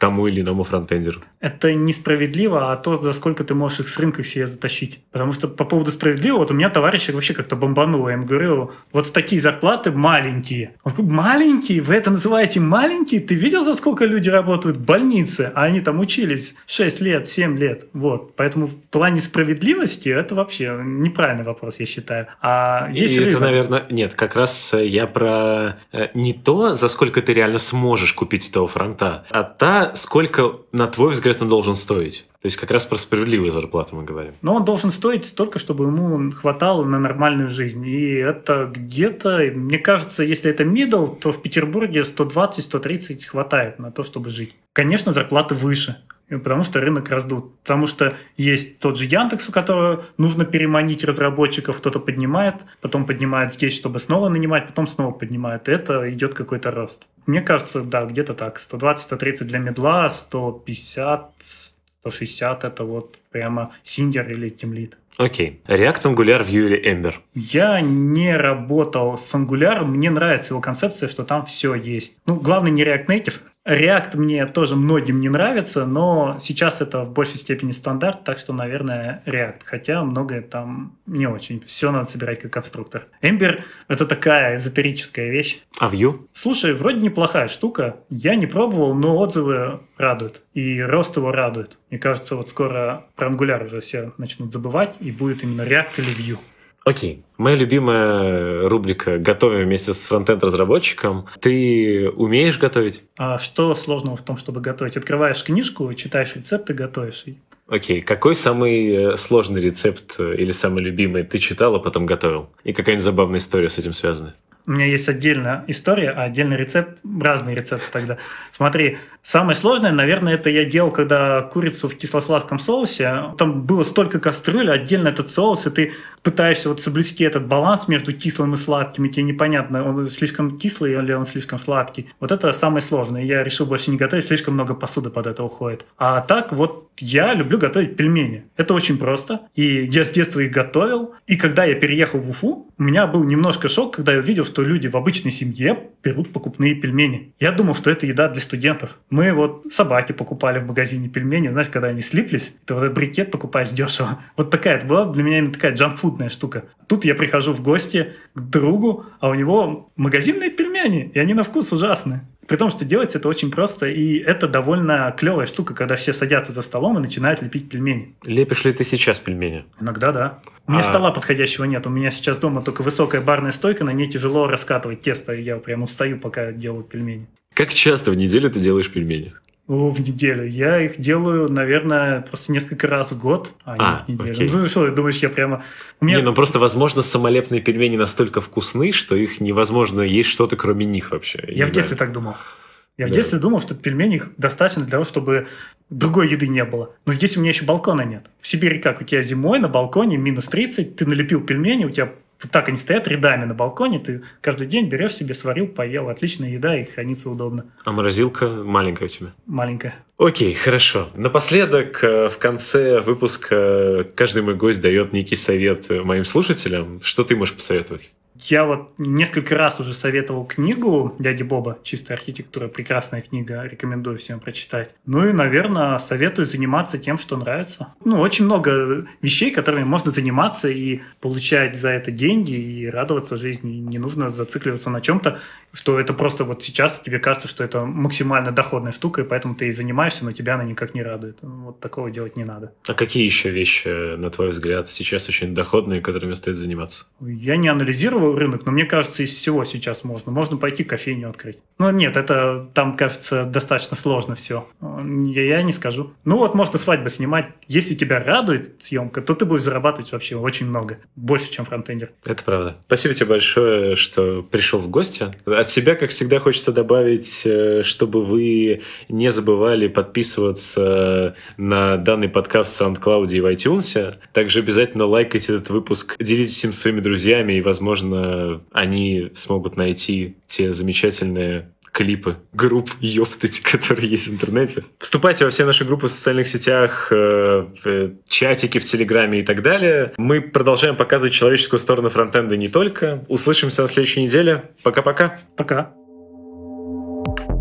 тому или иному фронтендеру. Это несправедливо, а то, за сколько ты можешь их с рынка себе затащить. Потому что по поводу справедливого, вот у меня товарищ вообще как-то бомбануло. Я ему говорю, вот такие зарплаты маленькие. Он говорит, маленькие? Вы это называете маленькие? Ты видел, за сколько люди работают в больнице? А они там учились 6 лет, 7 лет. Вот. Поэтому в плане справедливости это вообще неправильный вопрос, я считаю. А есть И рынок. это, наверное, нет, как раз я про не то, за сколько ты реально сможешь купить этого фронта, а сколько, на твой взгляд, он должен стоить. То есть как раз про справедливую зарплату мы говорим. Но он должен стоить столько, чтобы ему хватало на нормальную жизнь. И это где-то, мне кажется, если это middle, то в Петербурге 120-130 хватает на то, чтобы жить. Конечно, зарплаты выше, потому что рынок раздут. Потому что есть тот же Яндекс, у которого нужно переманить разработчиков, кто-то поднимает, потом поднимает здесь, чтобы снова нанимать, потом снова поднимает. И это идет какой-то рост. Мне кажется, да, где-то так. 120-130 для медла, 150, 160 это вот прямо синьор или тимлид. Окей. React, Angular, Vue или Ember? Я не работал с Angular, мне нравится его концепция, что там все есть. Ну, главное не React Native. React мне тоже многим не нравится, но сейчас это в большей степени стандарт, так что, наверное, React. Хотя многое там не очень. Все надо собирать как конструктор. Ember — это такая эзотерическая вещь. А Vue? Слушай, вроде неплохая штука. Я не пробовал, но отзывы радуют. И рост его радует. Мне кажется, вот скоро про Angular уже все начнут забывать, и будет именно React или Vue. Окей. Моя любимая рубрика «Готовим вместе с фронтенд-разработчиком». Ты умеешь готовить? А что сложного в том, чтобы готовить? Открываешь книжку, читаешь рецепты, готовишь. Окей. Какой самый сложный рецепт или самый любимый ты читал, а потом готовил? И какая-нибудь забавная история с этим связана? У меня есть отдельная история, а отдельный рецепт, разные рецепты тогда. Смотри, самое сложное, наверное, это я делал, когда курицу в кисло-сладком соусе. Там было столько кастрюль, отдельно этот соус, и ты пытаешься вот соблюсти этот баланс между кислым и сладким, и тебе непонятно, он слишком кислый или он слишком сладкий. Вот это самое сложное. Я решил больше не готовить, слишком много посуды под это уходит. А так вот я люблю готовить пельмени. Это очень просто. И я с детства их готовил. И когда я переехал в Уфу, у меня был немножко шок, когда я увидел, что люди в обычной семье берут покупные пельмени. Я думал, что это еда для студентов. Мы вот собаки покупали в магазине пельмени, знаешь, когда они слиплись, ты вот этот брикет покупаешь дешево. Вот такая это была для меня именно такая джанкфудная штука. Тут я прихожу в гости к другу, а у него магазинные пельмени, и они на вкус ужасные. При том, что делать это очень просто, и это довольно клевая штука, когда все садятся за столом и начинают лепить пельмени. Лепишь ли ты сейчас пельмени? Иногда да. У меня стола подходящего нет. У меня сейчас дома только высокая барная стойка, на ней тяжело раскатывать тесто, и я прям устаю, пока делаю пельмени. Как часто в неделю ты делаешь пельмени? В неделю. Я их делаю, наверное, просто несколько раз в год, а не в неделю. Окей. Ну что, думаешь, я прямо... Не, ну просто, возможно, самолепные пельмени настолько вкусны, что их невозможно есть что-то кроме них вообще. Я в детстве так думал. Я в детстве думал, что пельменей достаточно для того, чтобы другой еды не было. Но здесь у меня еще балкона нет. В Сибири как? У тебя зимой на балконе минус 30, ты налепил пельмени, у тебя так они стоят рядами на балконе, ты каждый день берешь себе, сварил, поел. Отличная еда, и хранится удобно. А морозилка маленькая у тебя? Маленькая. Окей, хорошо. Напоследок, в конце выпуска каждый мой гость дает некий совет моим слушателям. Что ты можешь посоветовать? Я вот несколько раз уже советовал книгу «Дяди Боба. Чистая архитектура». Прекрасная книга, рекомендую всем прочитать. Ну и, наверное, советую заниматься тем, что нравится. Ну, очень много вещей, которыми можно заниматься и получать за это деньги, и радоваться жизни. И не нужно зацикливаться на чем-то, что это просто вот сейчас тебе кажется, что это максимально доходная штука, и поэтому ты и занимаешься, но тебя она никак не радует. Вот такого делать не надо. А какие еще вещи, на твой взгляд, сейчас очень доходные, которыми стоит заниматься? Я не анализировал рынок, но мне кажется, из всего сейчас можно. Можно пойти кофейню открыть. Но нет, это там, кажется, достаточно сложно все. Я не скажу. Ну вот можно свадьбы снимать. Если тебя радует съемка, то ты будешь зарабатывать вообще очень много. Больше, чем фронтендер. Это правда. Спасибо тебе большое, что пришел в гости. От себя, как всегда, хочется добавить, чтобы вы не забывали подписываться на данный подкаст в SoundCloud и в iTunes. Также обязательно лайкайте этот выпуск, делитесь им своими друзьями, и, возможно, они смогут найти те замечательные клипы групп, ёптать, которые есть в интернете. Вступайте во все наши группы в социальных сетях, чатики в Телеграме и так далее. Мы продолжаем показывать человеческую сторону фронтенда не только. Услышимся на следующей неделе. Пока-пока. Пока.